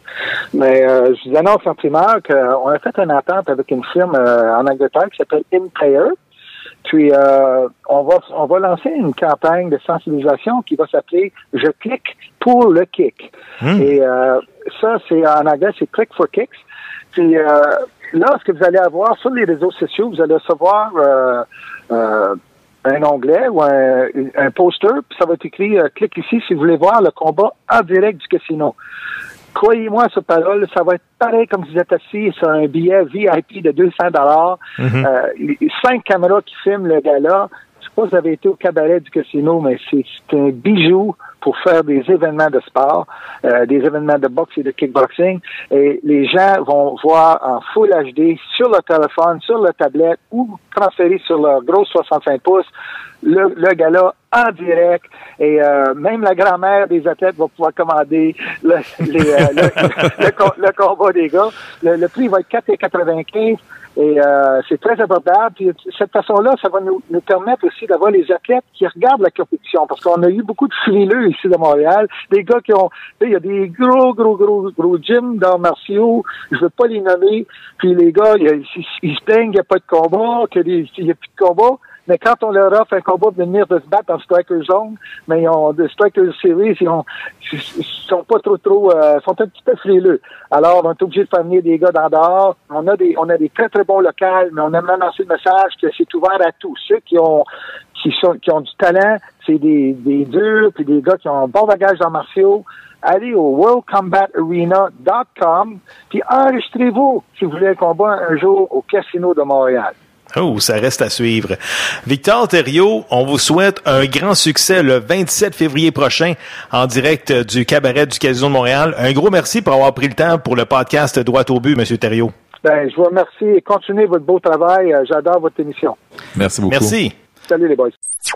Mais euh, je vous annonce en primeur qu'on a fait une entente avec une firme euh, en Angleterre qui s'appelle InPlayer. Puis euh, on va on va lancer une campagne de sensibilisation qui va s'appeler Je clique pour le kick. Mmh. Et euh, ça, c'est en anglais, c'est Click for Kicks. Puis euh, là, ce que vous allez avoir sur les réseaux sociaux, vous allez recevoir euh, euh, un onglet ou un, un poster, puis ça va être écrit euh, clique ici si vous voulez voir le combat en direct du casino. Croyez-moi sur parole, ça va être pareil comme si vous êtes assis sur un billet V I P de deux cents dollars. Mm-hmm. Euh, cinq caméras qui filment le gala. Je sais pas si vous avez été au cabaret du casino, mais c'est, c'est un bijou pour faire des événements de sport, euh, des événements de boxe et de kickboxing. Et les gens vont voir en Full H D sur leur téléphone, sur leur tablette ou transférer sur leur gros soixante-cinq pouces le, le gala en direct. Et euh, même la grand-mère des athlètes va pouvoir commander le, les, euh, le, le, le, le combat des gars. Le, le prix va être quatre dollars quatre-vingt-quinze. Et euh, c'est très abordable. Puis, de cette façon-là, ça va nous, nous permettre aussi d'avoir les athlètes qui regardent la compétition. Parce qu'on a eu beaucoup de frileux ici de Montréal. Des gars qui ont... Il y a des gros, gros, gros, gros gyms d'arts martiaux. Je veux pas les nommer. Puis les gars, ils, ils se plaignent qu'il n'y a pas de combat, qu'il n'y a plus de combat. Mais quand on leur offre un combat de venir de se battre en Striker Zone, mais ils ont de Striker Series, ils ont, ils sont pas trop trop, euh, sont un petit peu frileux. Alors, on est obligé de faire venir des gars d'en dehors. On a des, on a des très très bons locales, mais on aime lancer le message que c'est ouvert à tous. Ceux qui ont, qui sont, qui ont du talent, c'est des, des durs, puis des gars qui ont un bon bagage dans martiaux. Allez au world combat arena dot com, puis enregistrez-vous si vous voulez un combat un jour au Casino de Montréal. Oh, ça reste à suivre. Victor Thériault, on vous souhaite un grand succès le vingt-sept février prochain en direct du cabaret du Casino de Montréal. Un gros merci pour avoir pris le temps pour le podcast Droit au but, M. Thériault. Ben, je vous remercie et continuez votre beau travail. J'adore votre émission. Merci beaucoup. Merci. Salut les boys.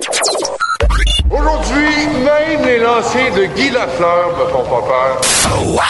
Aujourd'hui, même les lancers de Guy Lafleur me font pas peur.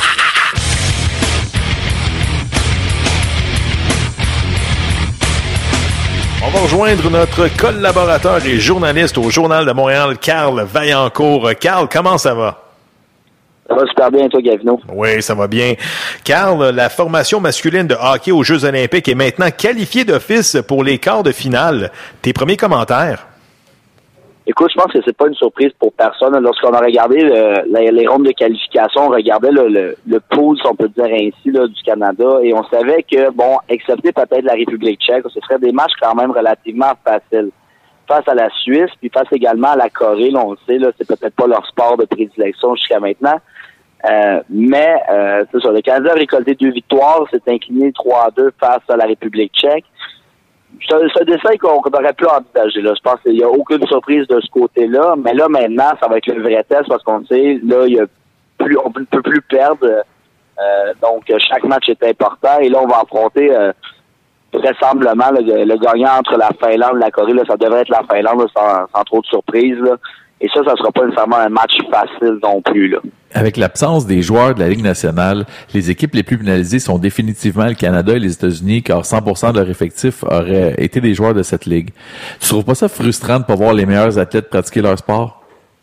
On On va rejoindre notre collaborateur et journaliste au Journal de Montréal, Carl Vaillancourt. Carl, comment ça va? Ça va super bien, toi, Gavino. Oui, ça va bien. Carl, la formation masculine de hockey aux Jeux olympiques est maintenant qualifiée d'office pour les quarts de finale. Tes premiers commentaires? Écoute, je pense que c'est pas une surprise pour personne. Lorsqu'on a regardé le, les, les rondes de qualification, on regardait le, le, le pool, si on peut dire ainsi, là, du Canada, et on savait que, bon, excepté peut-être la République tchèque, ce serait des matchs quand même relativement faciles. Face à la Suisse, puis face également à la Corée, là, on le sait, là, c'est peut-être pas leur sport de prédilection jusqu'à maintenant. Euh, mais, euh, c'est ça, le Canada a récolté deux victoires, s'est incliné trois à deux face à la République tchèque. C'est un dessin qu'on aurait pu envisager. Là. Je pense qu'il n'y a aucune surprise de ce côté-là. Mais là, maintenant, ça va être le vrai test parce qu'on sait, là, il y a plus, on ne peut plus perdre. Euh, donc, chaque match est important. Et là, on va affronter euh, vraisemblablement le, le gagnant entre la Finlande et la Corée. Là, ça devrait être la Finlande là, sans, sans trop de surprise. Là. Et ça, ça ne sera pas nécessairement un match facile non plus. Là. Avec l'absence des joueurs de la Ligue nationale, les équipes les plus pénalisées sont définitivement le Canada et les États-Unis, car cent pour cent de leur effectif auraient été des joueurs de cette ligue. Tu trouves pas ça frustrant de pas voir les meilleurs athlètes pratiquer leur sport?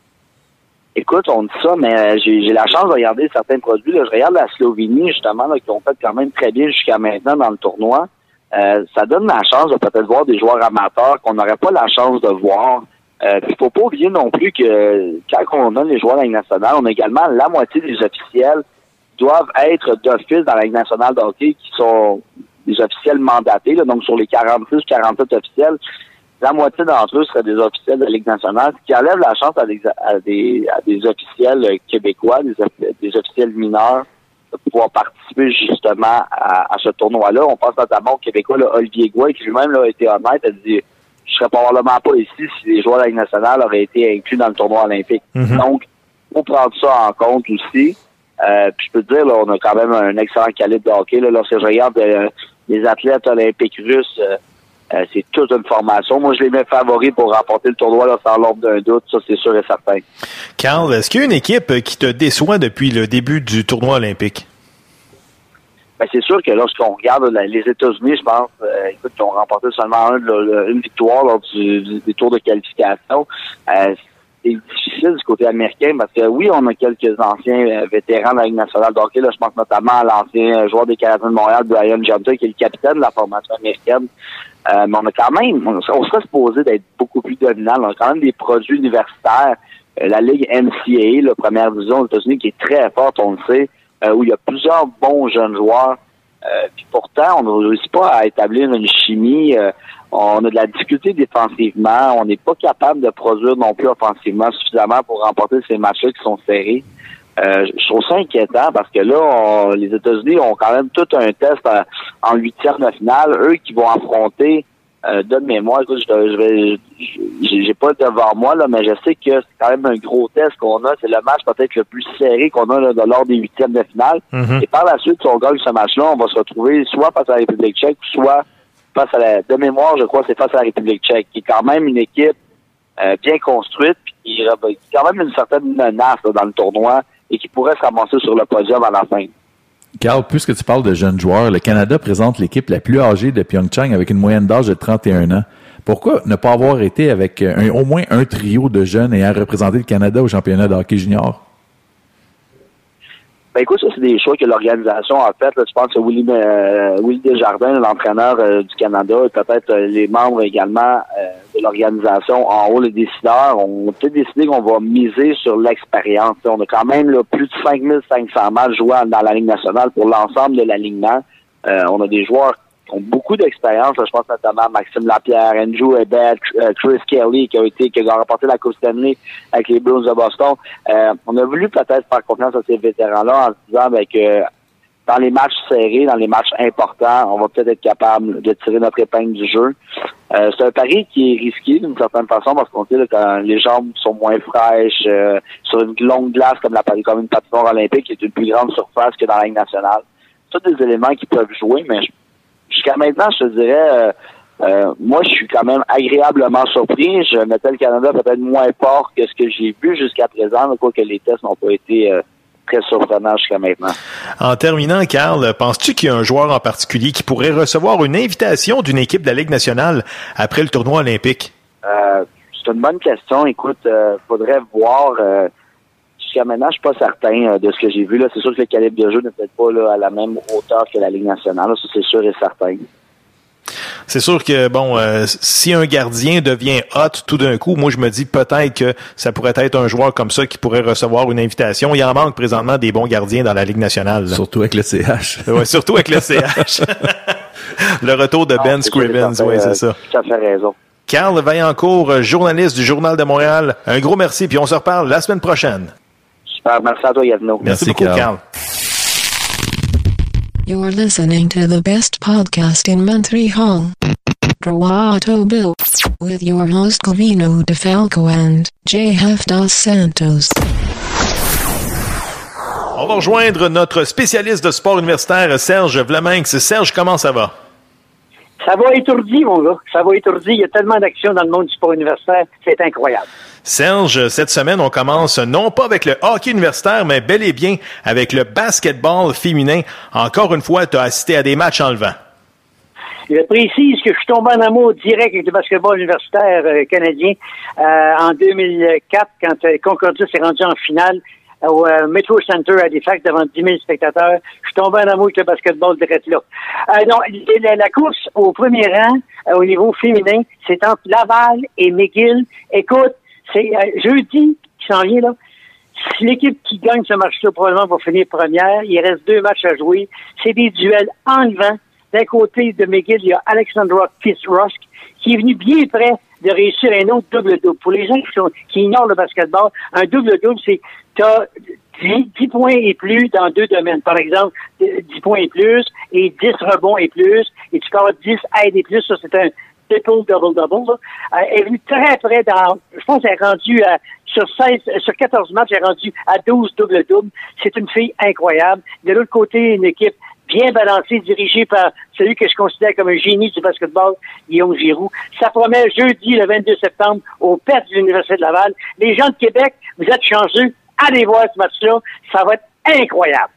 Écoute, on dit ça, mais j'ai, j'ai la chance de regarder certains produits. Là. Je regarde la Slovénie, justement, là, qui ont fait quand même très bien jusqu'à maintenant dans le tournoi. Euh, ça donne la chance de peut-être voir des joueurs amateurs qu'on n'aurait pas la chance de voir. Euh, puis faut pas oublier non plus que quand on donne les joueurs de la Ligue nationale, on a également la moitié des officiels qui doivent être d'office dans la Ligue nationale de hockey, qui sont des officiels mandatés. Là, donc sur les quarante-six quarante-sept officiels, la moitié d'entre eux seraient des officiels de la Ligue nationale, ce qui enlève la chance à des, à des, à des officiels québécois, des, des officiels mineurs, de pouvoir participer justement à, à ce tournoi-là. On pense notamment au Québécois, là, Olivier Gouin, qui lui-même là, a été honnête, a dit je serais probablement pas ici si les joueurs de la Ligue nationale auraient été inclus dans le tournoi olympique. Mm-hmm. Donc, il faut prendre ça en compte aussi. Euh, puis je peux te dire, là, on a quand même un excellent calibre de hockey. Là, lorsque je regarde euh, les athlètes olympiques russes, euh, euh, c'est toute une formation. Moi, je les mets favoris pour remporter le tournoi là, sans l'ombre d'un doute. Ça, c'est sûr et certain. Carl, est-ce qu'il y a une équipe qui te déçoit depuis le début du tournoi olympique? Ben, c'est sûr que lorsqu'on regarde là, les États-Unis, je pense, euh, écoute, ils ont remporté seulement un, là, une victoire lors du, du, des tours de qualification. Euh, c'est difficile du côté américain parce que oui, on a quelques anciens euh, vétérans de la Ligue nationale de hockey. Là, je pense notamment à l'ancien joueur des Canadiens de Montréal, Brian Johnson, qui est le capitaine de la formation américaine. Euh, mais on a quand même, on, on serait supposé d'être beaucoup plus dominant. On a quand même des produits universitaires. Euh, la Ligue N C A A, la première division aux États-Unis, qui est très forte, on le sait. Euh, où il y a plusieurs bons jeunes joueurs. Euh, puis pourtant, on ne réussit pas à établir une chimie. Euh, on a de la difficulté défensivement. On n'est pas capable de produire non plus offensivement suffisamment pour remporter ces matchs-là qui sont serrés. Euh, je trouve ça inquiétant parce que là, on, les États-Unis ont quand même tout un test en, en huitième de finale. Eux qui vont affronter euh, de mémoire, écoute, je, je vais, je, j'ai pas devant moi, là, mais je sais que c'est quand même un gros test qu'on a. C'est le match peut-être le plus serré qu'on a là, de, lors des huitièmes de finale. Mm-hmm. Et par la suite, si on gagne ce match-là, on va se retrouver soit face à la République tchèque, soit face à la, de mémoire, je crois, c'est face à la République tchèque, qui est quand même une équipe euh, bien construite, puis qui, qui a quand même une certaine menace là, dans le tournoi et qui pourrait se ramasser sur le podium à la fin. Carl, puisque tu parles de jeunes joueurs, le Canada présente l'équipe la plus âgée de Pyeongchang avec une moyenne d'âge de trente et un ans. Pourquoi ne pas avoir été avec un, au moins un trio de jeunes ayant représenté le Canada au championnat de hockey junior? Ben écoute, ça, c'est des choix que l'organisation a fait. Là, je pense que Willy, euh, Willy Desjardins, l'entraîneur euh, du Canada, et peut-être euh, les membres également euh, de l'organisation en haut, les décideurs, ont peut-être décidé qu'on va miser sur l'expérience. On a quand même là, plus de cinq mille cinq cents matchs joués dans la Ligue nationale pour l'ensemble de l'alignement. Euh, on a des joueurs qui ont beaucoup d'expérience. Là, je pense notamment à Maxime Lapierre, Andrew Hebert, Chris Kelly, qui a été qui a remporté la Coupe Stanley avec les Bruins de Boston. Euh, on a voulu peut-être faire confiance à ces vétérans-là en se disant ben, que dans les matchs serrés, dans les matchs importants, on va peut-être être capable de tirer notre épingle du jeu. Euh, c'est un pari qui est risqué d'une certaine façon parce qu'on sait là, quand les jambes sont moins fraîches, euh, sur une longue glace comme la comme une patinoire olympique, qui est une plus grande surface que dans la Ligue nationale. C'est tous des éléments qui peuvent jouer, mais je Jusqu'à maintenant, je te dirais, euh, euh, moi, je suis quand même agréablement surpris. Je mettais le Canada peut-être moins fort que ce que j'ai vu jusqu'à présent, quoique les tests n'ont pas été euh, très surprenant jusqu'à maintenant. En terminant, Carl, penses-tu qu'il y a un joueur en particulier qui pourrait recevoir une invitation d'une équipe de la Ligue nationale après le tournoi olympique? Euh, c'est une bonne question. Écoute, euh, faudrait voir. Euh, jusqu'à maintenant, je suis pas certain euh, de ce que j'ai vu. Là, c'est sûr que le calibre de jeu n'est peut-être pas là, à la même hauteur que la Ligue nationale. Là, ça, c'est sûr et certain. C'est sûr que, bon, euh, si un gardien devient hot tout d'un coup, moi, je me dis peut-être que ça pourrait être un joueur comme ça qui pourrait recevoir une invitation. Il en manque présentement des bons gardiens dans la Ligue nationale. Là. Surtout avec le C H. Ouais, surtout avec le C H. Le retour de non, Ben Scrivens, oui, c'est ça. Tu as fait raison. Carl Vaillancourt, journaliste du Journal de Montréal, un gros merci, puis on se reparle la semaine prochaine. Super, merci à toi, Yavno. Merci, merci beaucoup, Carl. Carl. You're listening to the best podcast in Montreal. Droit au but. With your host Covino DeFalco and J F Dos Santos. On va rejoindre notre spécialiste de sport universitaire, Serge Vlaminx. Serge, comment ça va? Ça va étourdi, mon gars. Ça va étourdi. Il y a tellement d'actions dans le monde du sport universitaire. C'est incroyable. Serge, cette semaine, on commence non pas avec le hockey universitaire, mais bel et bien avec le basketball féminin. Encore une fois, tu as assisté à des matchs enlevants. Je précise que je suis tombé en amour direct avec le basketball universitaire euh, canadien euh, en deux mille quatre, quand euh, Concordia s'est rendu en finale au euh, Metro Center à Halifax devant dix mille spectateurs. Je suis tombé en amour avec le basketball direct là. Euh, non, la, la course au premier rang euh, au niveau féminin, c'est entre Laval et McGill. Écoute, c'est euh, jeudi qui s'en vient là. Si l'équipe qui gagne ce match-là probablement va finir première, il reste deux matchs à jouer. C'est des duels enlevants. D'un côté de McGill, il y a Alexandra Fitzrosk qui est venu bien près de réussir un autre double-double. Pour les gens qui, sont, qui ignorent le basketball, un double-double, c'est tu as dix points et plus dans deux domaines. Par exemple, dix points et plus et dix rebonds et plus. Et tu peux avoir dix aides et plus. Ça, c'est un triple double-double. Euh, elle est venue très près dans... Je pense qu'elle est rendue à, sur seize, sur quatorze matchs, elle est rendue à douze double-double. C'est une fille incroyable. De l'autre côté, une équipe bien balancé, dirigé par celui que je considère comme un génie du basketball, Guillaume Giroux. Ça promet jeudi, le vingt-deux septembre, au P E T de l'Université de Laval. Les gens de Québec, vous êtes chanceux. Allez voir ce match-là. Ça va être incroyable.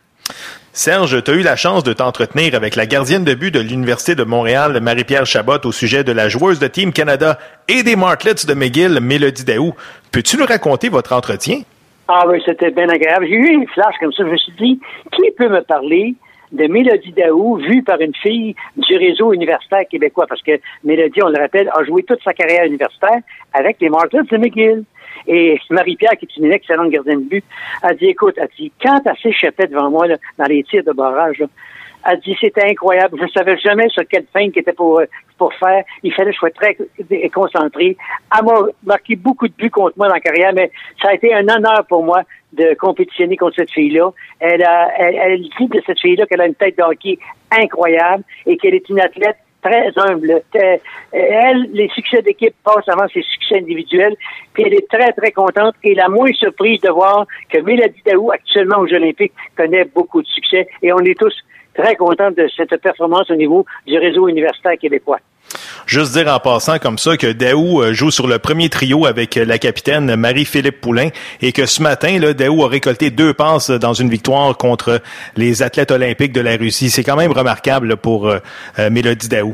Serge, tu as eu la chance de t'entretenir avec la gardienne de but de l'Université de Montréal, Marie-Pierre Chabot, au sujet de la joueuse de Team Canada et des Martlets de McGill, Mélodie Daou. Peux-tu nous raconter votre entretien? Ah oui, c'était bien agréable. J'ai eu une flash comme ça. Je me suis dit, qui peut me parler de Mélodie Daou, vue par une fille du réseau universitaire québécois, parce que Mélodie, on le rappelle, a joué toute sa carrière universitaire avec les Martlets de McGill. Et Marie-Pierre, qui est une excellente gardienne de but, a dit, écoute, elle dit, quand elle s'échappait devant moi, là, dans les tirs de barrage, là, elle dit, c'était incroyable. Je ne savais jamais sur quelle fin qu'elle était pour, pour faire. Il fallait que je sois très concentré. Elle m'a marqué beaucoup de buts contre moi dans la carrière, mais ça a été un honneur pour moi de compétitionner contre cette fille-là. Elle a, elle, elle dit de cette fille-là qu'elle a une tête de hockey incroyable et qu'elle est une athlète très humble. Elle, les succès d'équipe passent avant ses succès individuels, puis elle est très, très contente et la moins surprise de voir que Mélodie Daou, actuellement aux Jeux olympiques, connaît beaucoup de succès et on est tous très contents de cette performance au niveau du réseau universitaire québécois. Juste dire en passant comme ça que Daou joue sur le premier trio avec la capitaine Marie-Philippe Poulain et que ce matin, là, Daou a récolté deux passes dans une victoire contre les athlètes olympiques de la Russie. C'est quand même remarquable pour euh, Mélodie Daou.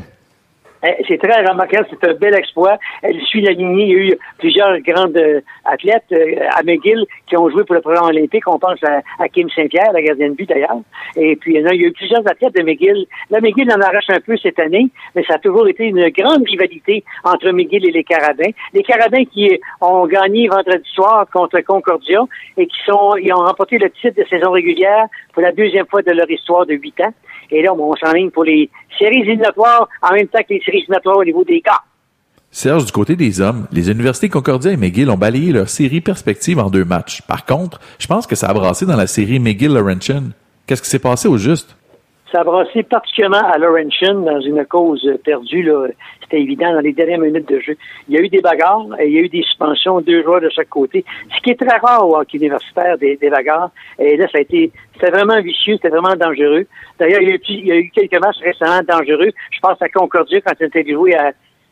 C'est très remarquable, c'est un bel exploit. Elle suit la lignée. Il y a eu plusieurs grandes euh, athlètes euh, à McGill qui ont joué pour le programme olympique. On pense à, à Kim Saint-Pierre, la gardienne de but d'ailleurs. Et puis, il y, en a, il y a eu plusieurs athlètes de McGill. Là, McGill en arrache un peu cette année, mais ça a toujours été une grande rivalité entre McGill et les Carabins. Les Carabins qui ont gagné vendredi soir contre Concordia et qui sont, ils ont remporté le titre de saison régulière pour la deuxième fois de leur histoire de huit ans. Et là, bon, on s'enligne pour les séries éliminatoires en même temps que les séries éliminatoires au niveau des gars. Serge, du côté des hommes, les universités Concordia et McGill ont balayé leur série perspective en deux matchs. Par contre, je pense que ça a brassé dans la série McGill-Laurentian. Qu'est-ce qui s'est passé au juste? Ça a brassé particulièrement à Laurentian dans une cause perdue, là. C'était évident dans les dernières minutes de jeu. Il y a eu des bagarres, il y a eu des suspensions, deux joueurs de chaque côté. Ce qui est très rare au hockey universitaire, des, des bagarres. Et là, ça a été, c'était vraiment vicieux, c'était vraiment dangereux. D'ailleurs, il y a eu, il y a eu quelques matchs récemment dangereux. Je pense à Concordia quand il était joué à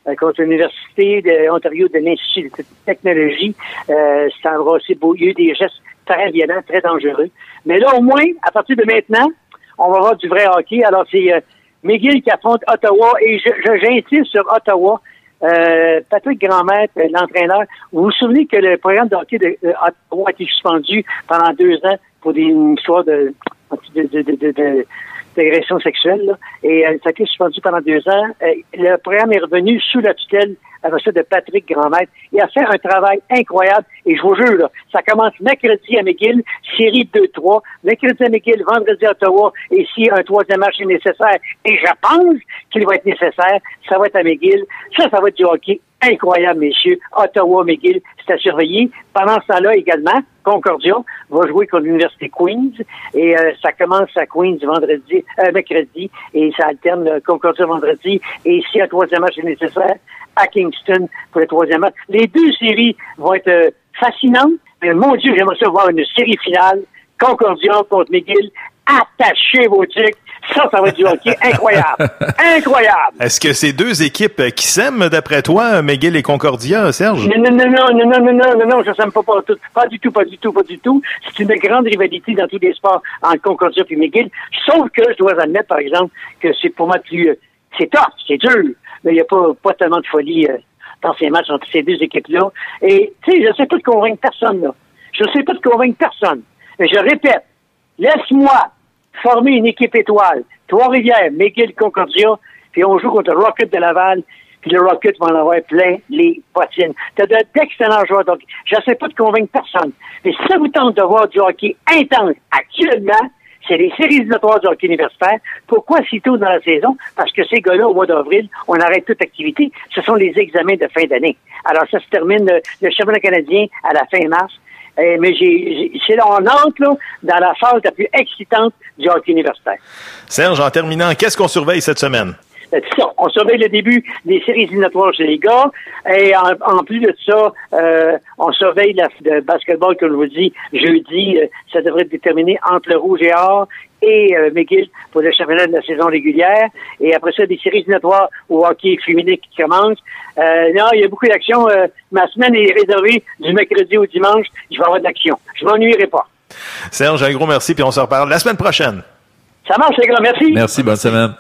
euh, contre l'Université de Ontario de l'Institut de technologie. Euh, ça a embrassé beau. Il y a eu des gestes très violents, très dangereux. Mais là, au moins, à partir de maintenant, on va avoir du vrai hockey. Alors, c'est euh, McGill qui affronte Ottawa. Et je, je, j'insiste sur Ottawa. Euh, Patrick Grandmaître, l'entraîneur. Vous vous souvenez que le programme de hockey de, de Ottawa a été suspendu pendant deux ans pour des, une histoire de, de, de, de, de, de d'agression sexuelle, là. Et euh, ça a été suspendu pendant deux ans. Euh, le programme est revenu sous la tutelle avec ça de Patrick Grandmaître. Il a fait un travail incroyable. Et je vous jure, là, ça commence mercredi à McGill, série deux trois. Mercredi à McGill, vendredi à Ottawa. Et si un troisième match est nécessaire, et je pense qu'il va être nécessaire, ça va être à McGill. Ça, ça va être du hockey incroyable, messieurs. Ottawa, McGill, c'est à surveiller. Pendant ce temps-là, également, Concordia va jouer contre l'Université Queens. Et euh, ça commence à Queens vendredi, euh, mercredi. Et ça alterne euh, Concordia vendredi. Et si un troisième match est nécessaire, à Kingston pour le troisième match. Les deux séries vont être euh, fascinantes. Mais mon Dieu, j'aimerais ça voir une série finale. Concordia contre McGill. Attachez vos trucs. Ça, ça va être du hockey incroyable. Incroyable. Est-ce que ces deux équipes qui s'aiment, d'après toi, McGill et Concordia, Serge? Non, non, non, non, non, non, non, non, non, ça s'aime pas, pas, tout, pas du tout, pas du tout, pas du tout. C'est une grande rivalité dans tous les sports entre Concordia et McGill. Sauf que je dois admettre, par exemple, que c'est pour moi plus, euh, c'est tough, c'est dur, mais il n'y a pas, pas tellement de folie euh, dans ces matchs entre ces deux équipes-là. Et, tu sais, je ne sais pas de convaincre personne, là. Je ne sais pas de convaincre personne. Mais je répète, laisse-moi former une équipe étoile. Trois-Rivières, McGill, Concordia, puis on joue contre le Rocket de Laval, puis le Rocket va en avoir plein les bottines. T'as de, d'excellents joueurs, donc je ne sais pas de convaincre personne. Mais si ça vous tente de voir du hockey intense actuellement, c'est les séries éliminatoires du hockey universitaire. Pourquoi si tôt dans la saison? Parce que ces gars-là, au mois d'avril, on arrête toute activité. Ce sont les examens de fin d'année. Alors ça se termine le, le championnat canadien à la fin mars. Eh, mais j'ai, j'ai, c'est là, on entre là, dans la phase la plus excitante du hockey universitaire. Serge, en terminant, qu'est-ce qu'on surveille cette semaine? C'est ça. On surveille le début des séries éliminatoires chez les gars. Et en, en plus de ça, euh, on surveille la, le basketball, comme je vous dis, jeudi. Euh, ça devrait être déterminé entre le Rouge et Or et euh, McGill pour le championnat de la saison régulière. Et après ça, des séries éliminatoires au hockey féminin qui commencent. Euh, non, il y a beaucoup d'action. Euh, ma semaine est réservée du mercredi au dimanche. Je vais avoir de l'action. Je m'ennuierai pas. Serge, un gros merci, puis on se reparle la semaine prochaine. Ça marche, les gars. Merci. Merci, bonne semaine.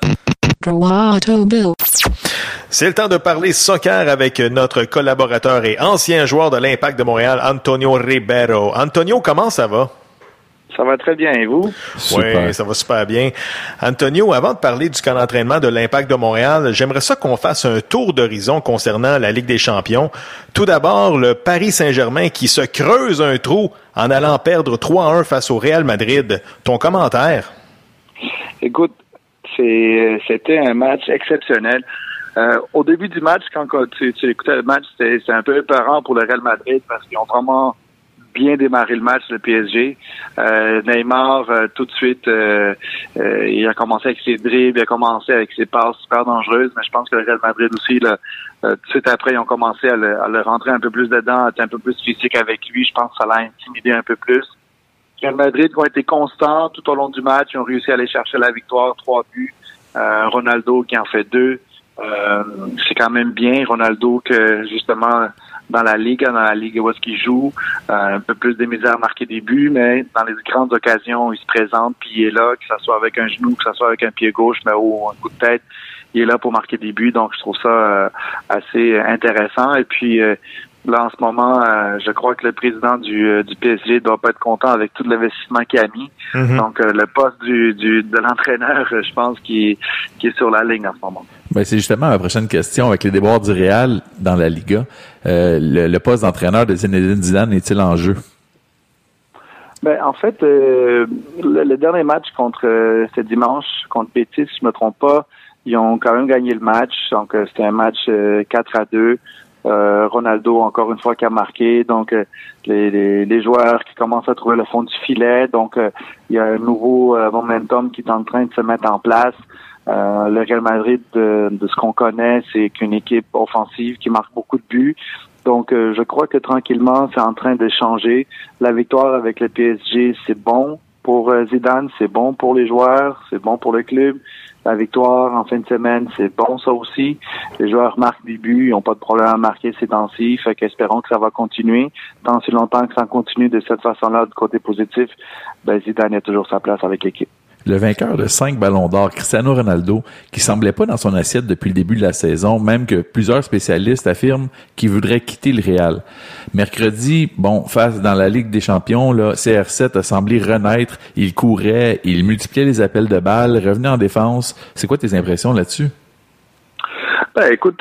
C'est le temps de parler soccer avec notre collaborateur et ancien joueur de l'Impact de Montréal, Antonio Ribeiro. Antonio, comment ça va? Ça va très bien, et vous? Oui, ça va super bien. Antonio, avant de parler du camp d'entraînement de l'Impact de Montréal, j'aimerais ça qu'on fasse un tour d'horizon concernant la Ligue des champions. Tout d'abord, le Paris Saint-Germain qui se creuse un trou en allant perdre trois à un face au Real Madrid. Ton commentaire? Écoute, c'est, c'était un match exceptionnel. Euh, au début du match, quand tu, tu écoutais le match, c'était, c'était un peu épeurant pour le Real Madrid parce qu'ils ont vraiment bien démarré le match, le P S G. Euh, Neymar, euh, tout de suite, euh, euh, il a commencé avec ses dribbles, il a commencé avec ses passes super dangereuses, mais je pense que le Real Madrid aussi, là, euh, tout de suite après, ils ont commencé à le, à le rentrer un peu plus dedans, à être un peu plus physique avec lui. Je pense que ça l'a intimidé un peu plus. Le Real Madrid qui ont été constants tout au long du match, ils ont réussi à aller chercher la victoire, trois buts. Euh, Ronaldo qui en fait deux. Euh, c'est quand même bien. Ronaldo que, justement, dans la Ligue, dans la Ligue où est-ce qu'il joue, euh, un peu plus de misère à marquer des buts, mais dans les grandes occasions, il se présente, puis il est là, que ce soit avec un genou, que ce soit avec un pied gauche, mais ou un coup de tête, il est là pour marquer des buts. Donc, je trouve ça euh, assez intéressant. Et puis, euh, là, en ce moment, euh, je crois que le président du, euh, du P S G doit pas être content avec tout l'investissement qu'il a mis. Mm-hmm. Donc, euh, le poste du, du de l'entraîneur, je pense qu'il est, qu'il est sur la ligne en ce moment. Ben, c'est justement ma prochaine question. Avec les déboires du Real dans la Liga, euh, le, le poste d'entraîneur de Zinedine Zidane est-il en jeu? Ben, en fait, euh, le, le dernier match contre euh, ce dimanche, contre Betis, si je me trompe pas, ils ont quand même gagné le match. Donc, euh, c'était un match euh, quatre à deux. Euh, Ronaldo, encore une fois, qui a marqué. Donc, euh, les, les, les joueurs qui commencent à trouver le fond du filet. Donc, euh, il y a un nouveau euh, momentum qui est en train de se mettre en place. Euh, le Real Madrid, de, de ce qu'on connaît, c'est qu'une équipe offensive qui marque beaucoup de buts. Donc, euh, je crois que tranquillement, c'est en train de changer. La victoire avec le P S G, c'est bon. pour euh, Zidane, c'est bon pour les joueurs, c'est bon pour le club. La victoire en fin de semaine, c'est bon ça aussi. Les joueurs marquent des buts, ils n'ont pas de problème à marquer ces temps-ci, fait qu'espérons que ça va continuer. Tant si longtemps que ça continue de cette façon-là, du côté positif, ben Zidane a toujours sa place avec l'équipe. Le vainqueur de cinq ballons d'or, Cristiano Ronaldo, qui semblait pas dans son assiette depuis le début de la saison, même que plusieurs spécialistes affirment qu'il voudrait quitter le Real. Mercredi, bon, face dans la Ligue des Champions, là, C R sept a semblé renaître. Il courait, il multipliait les appels de balles, revenait en défense. C'est quoi tes impressions là-dessus? Ben, écoute,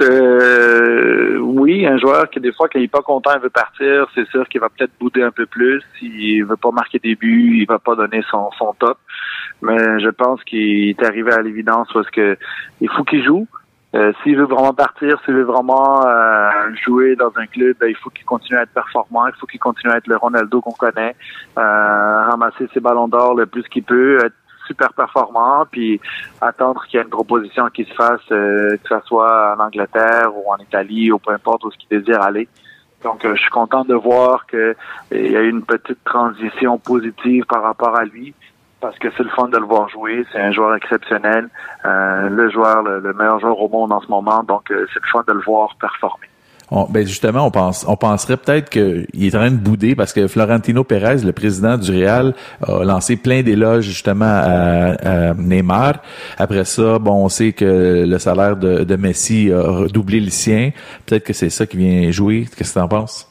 euh, oui, un joueur qui, des fois, quand il est pas content, il veut partir, c'est sûr qu'il va peut-être bouder un peu plus. Il veut pas marquer des buts, il va pas donner son, son top. Mais je pense qu'il est arrivé à l'évidence parce que il faut qu'il joue. Euh, s'il veut vraiment partir, s'il veut vraiment euh, jouer dans un club, ben, il faut qu'il continue à être performant, il faut qu'il continue à être le Ronaldo qu'on connaît, euh, ramasser ses ballons d'or le plus qu'il peut, être super performant, puis attendre qu'il y ait une proposition qui se fasse, euh, que ce soit en Angleterre ou en Italie ou peu importe où ce qu'il désire aller. Donc, euh, je suis content de voir que il y a eu une petite transition positive par rapport à lui, parce que c'est le fun de le voir jouer. C'est un joueur exceptionnel, euh, le joueur, le, le meilleur joueur au monde en ce moment. Donc, euh, c'est le fun de le voir performer. On, ben justement, on pense, on penserait peut-être qu'il est en train de bouder parce que Florentino Pérez, le président du Real, a lancé plein d'éloges justement à, à Neymar. Après ça, bon, on sait que le salaire de, de Messi a doublé le sien. Peut-être que c'est ça qui vient jouer. Qu'est-ce que tu en penses?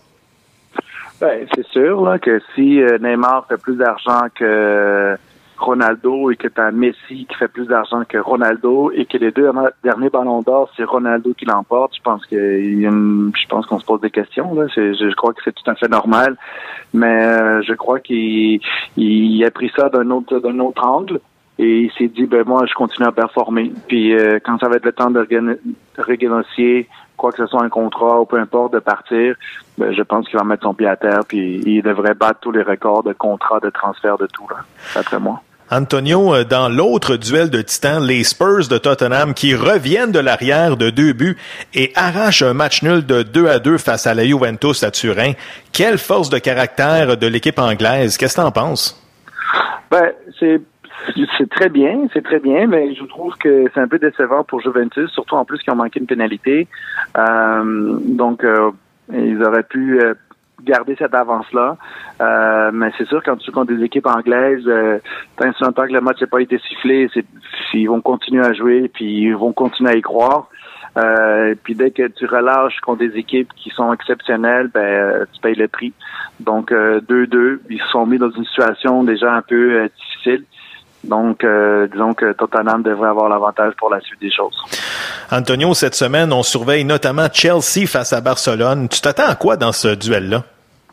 Ben, c'est sûr là que si euh, Neymar fait plus d'argent que Ronaldo et que tu as Messi qui fait plus d'argent que Ronaldo et que les deux derniers ballons d'or, c'est Ronaldo qui l'emporte, je pense que je pense qu'on se pose des questions. Là. Je, je crois que c'est tout à fait normal, mais euh, je crois qu'il il a pris ça d'un autre d'un autre angle et il s'est dit ben moi je continue à performer. Puis euh, quand ça va être le temps de renégocier quoi que ce soit un contrat ou peu importe de partir, ben, je pense qu'il va mettre son pied à terre puis il devrait battre tous les records de contrats, de transfert, de tout là, d'après moi. Antonio, dans l'autre duel de titans, les Spurs de Tottenham qui reviennent de l'arrière de deux buts et arrachent un match nul de deux à deux face à la Juventus à Turin. Quelle force de caractère de l'équipe anglaise. Qu'est-ce que t'en penses? Ben, c'est C'est très bien, c'est très bien, mais je trouve que c'est un peu décevant pour Juventus, surtout en plus qu'ils ont manqué une pénalité. Euh, donc, euh, ils auraient pu euh, garder cette avance-là. Euh, mais c'est sûr, quand tu comptes des équipes anglaises, euh, tant que longtemps que le match n'a pas été sifflé, c'est, ils vont continuer à jouer, puis ils vont continuer à y croire. Euh, puis dès que tu relâches contre des équipes qui sont exceptionnelles, ben tu payes le prix. Donc, euh, deux deux, ils se sont mis dans une situation déjà un peu euh, difficile. Donc, euh, disons que Tottenham devrait avoir l'avantage pour la suite des choses. Antonio, cette semaine, on surveille notamment Chelsea face à Barcelone. Tu t'attends à quoi dans ce duel-là?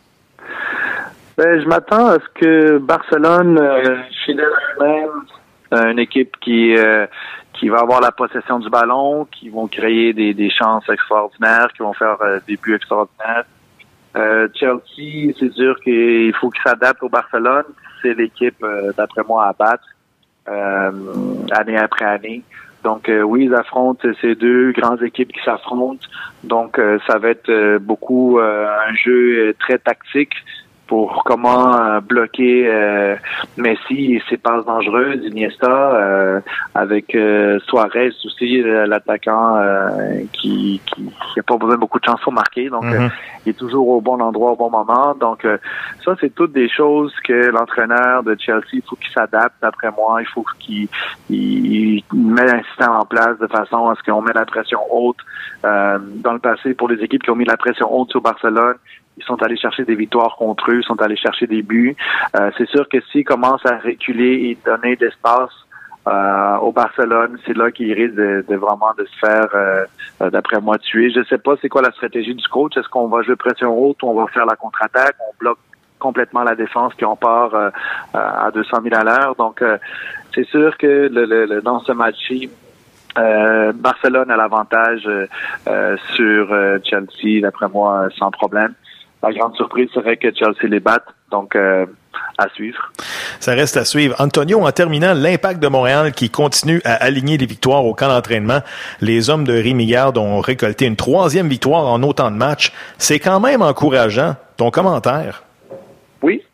Ben, je m'attends à ce que Barcelone, euh, fidèle à eux-mêmes, euh, une équipe qui euh, qui va avoir la possession du ballon, qui vont créer des, des chances extraordinaires, qui vont faire euh, des buts extraordinaires. Euh, Chelsea, c'est sûr qu'il faut qu'ils s'adaptent au Barcelone. C'est l'équipe, euh, d'après moi, à battre. Euh, année après année. Donc euh, oui, ils affrontent ces deux grandes équipes qui s'affrontent. Donc euh, ça va être euh, beaucoup euh, un jeu très tactique pour comment euh, bloquer euh, Messi et ses passes dangereuses, Iniesta, euh, avec euh, Suarez aussi, l'attaquant euh, qui qui n'a pas besoin de beaucoup de chance pour marquer. Donc mm-hmm. euh, il est toujours au bon endroit au bon moment. Donc euh, ça, c'est toutes des choses que l'entraîneur de Chelsea, il faut qu'il s'adapte, d'après moi. Il faut qu'il il, il mette un système en place de façon à ce qu'on mette la pression haute. Euh, dans le passé, pour les équipes qui ont mis la pression haute sur Barcelone, ils sont allés chercher des victoires contre eux, ils sont allés chercher des buts. Euh, c'est sûr que s'ils commencent à reculer et donner d'espace euh, au Barcelone, c'est là qu'ils risquent de, de vraiment de se faire, euh, d'après moi, tuer. Je sais pas c'est quoi la stratégie du coach. Est-ce qu'on va jouer pression haute ou on va faire la contre-attaque? On bloque complètement la défense puis on part euh, à deux cent mille à l'heure. Donc, euh, c'est sûr que le, le, le, dans ce match-ci, Euh, Barcelone a l'avantage euh, sur euh, Chelsea, d'après moi, sans problème. La grande surprise serait que Chelsea les batte, donc euh, à suivre. Ça reste à suivre. Antonio, en terminant, l'Impact de Montréal qui continue à aligner les victoires au camp d'entraînement. Les hommes de Rémi Garde ont récolté une troisième victoire en autant de matchs. C'est quand même encourageant. Ton commentaire? Oui,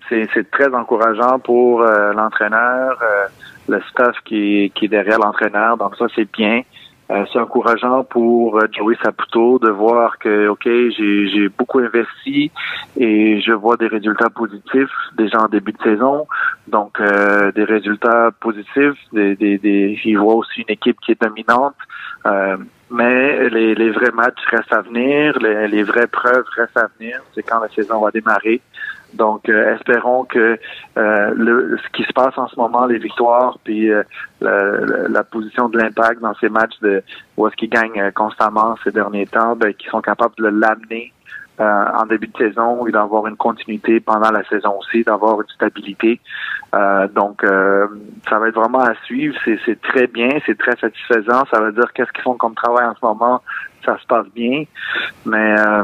c'est, c'est très encourageant pour euh, l'entraîneur, euh, le staff qui, qui est derrière l'entraîneur. Donc ça, c'est bien. Euh, c'est encourageant pour euh, Joey Saputo de voir que, OK, j'ai, j'ai beaucoup investi et je vois des résultats positifs déjà en début de saison. Donc, euh, des résultats positifs, des, des, des, il voit aussi une équipe qui est dominante. Euh, mais les, les vrais matchs restent à venir, les, les vraies preuves restent à venir. C'est quand la saison va démarrer. Donc, euh, espérons que euh, le, ce qui se passe en ce moment, les victoires, puis euh, la, la, la position de l'Impact dans ces matchs de où est-ce qu'ils gagnent euh, constamment ces derniers temps, ben, qu'ils sont capables de l'amener euh, en début de saison et d'avoir une continuité pendant la saison aussi, d'avoir une stabilité. Euh, donc, euh, ça va être vraiment à suivre. C'est, c'est très bien, c'est très satisfaisant. Ça veut dire qu'est-ce qu'ils font comme travail en ce moment, ça se passe bien. Mais euh,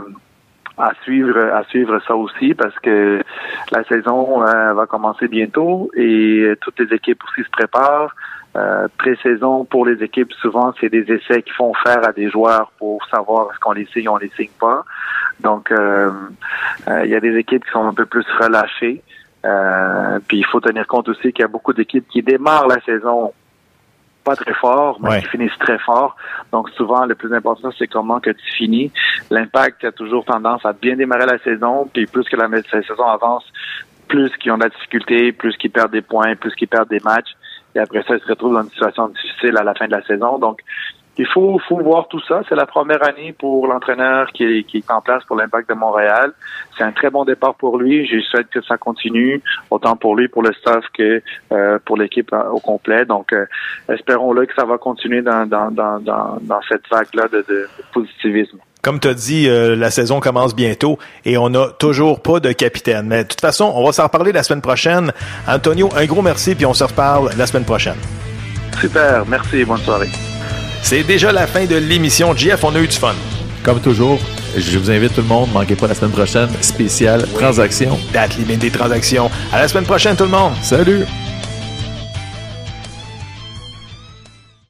à suivre à suivre ça aussi parce que la saison euh, va commencer bientôt et toutes les équipes aussi se préparent. Euh, pré-saison pour les équipes, souvent c'est des essais qu'ils font faire à des joueurs pour savoir est-ce qu'on les signe ou on les signe pas. Donc il euh, euh, y a des équipes qui sont un peu plus relâchées. Euh, puis il faut tenir compte aussi qu'il y a beaucoup d'équipes qui démarrent la saison pas très fort, mais ouais. qui finissent très fort. Donc souvent, le plus important, c'est comment que tu finis. L'Impact a toujours tendance à bien démarrer la saison, puis plus que la, la saison avance, plus qu'ils ont de la difficulté, plus qu'ils perdent des points, plus qu'ils perdent des matchs. Et après ça, ils se retrouvent dans une situation difficile à la fin de la saison. Donc, il faut, faut voir tout ça. C'est la première année pour l'entraîneur qui est, qui est en place pour l'Impact de Montréal. C'est un très bon départ pour lui. Je souhaite que ça continue, autant pour lui, pour le staff que euh, pour l'équipe au complet. Donc, euh, espérons-le que ça va continuer dans, dans, dans, dans, dans cette vague-là de, de, de positivisme. Comme tu as dit, euh, la saison commence bientôt et on n'a toujours pas de capitaine. Mais de toute façon, on va s'en reparler la semaine prochaine. Antonio, un gros merci, puis on se reparle la semaine prochaine. Super, merci, bonne soirée. C'est déjà la fin de l'émission. J F, on a eu du fun. Comme toujours, je vous invite tout le monde, manquez pas la semaine prochaine, spéciale oui. transaction. Date limite des transactions. À la semaine prochaine tout le monde. Salut!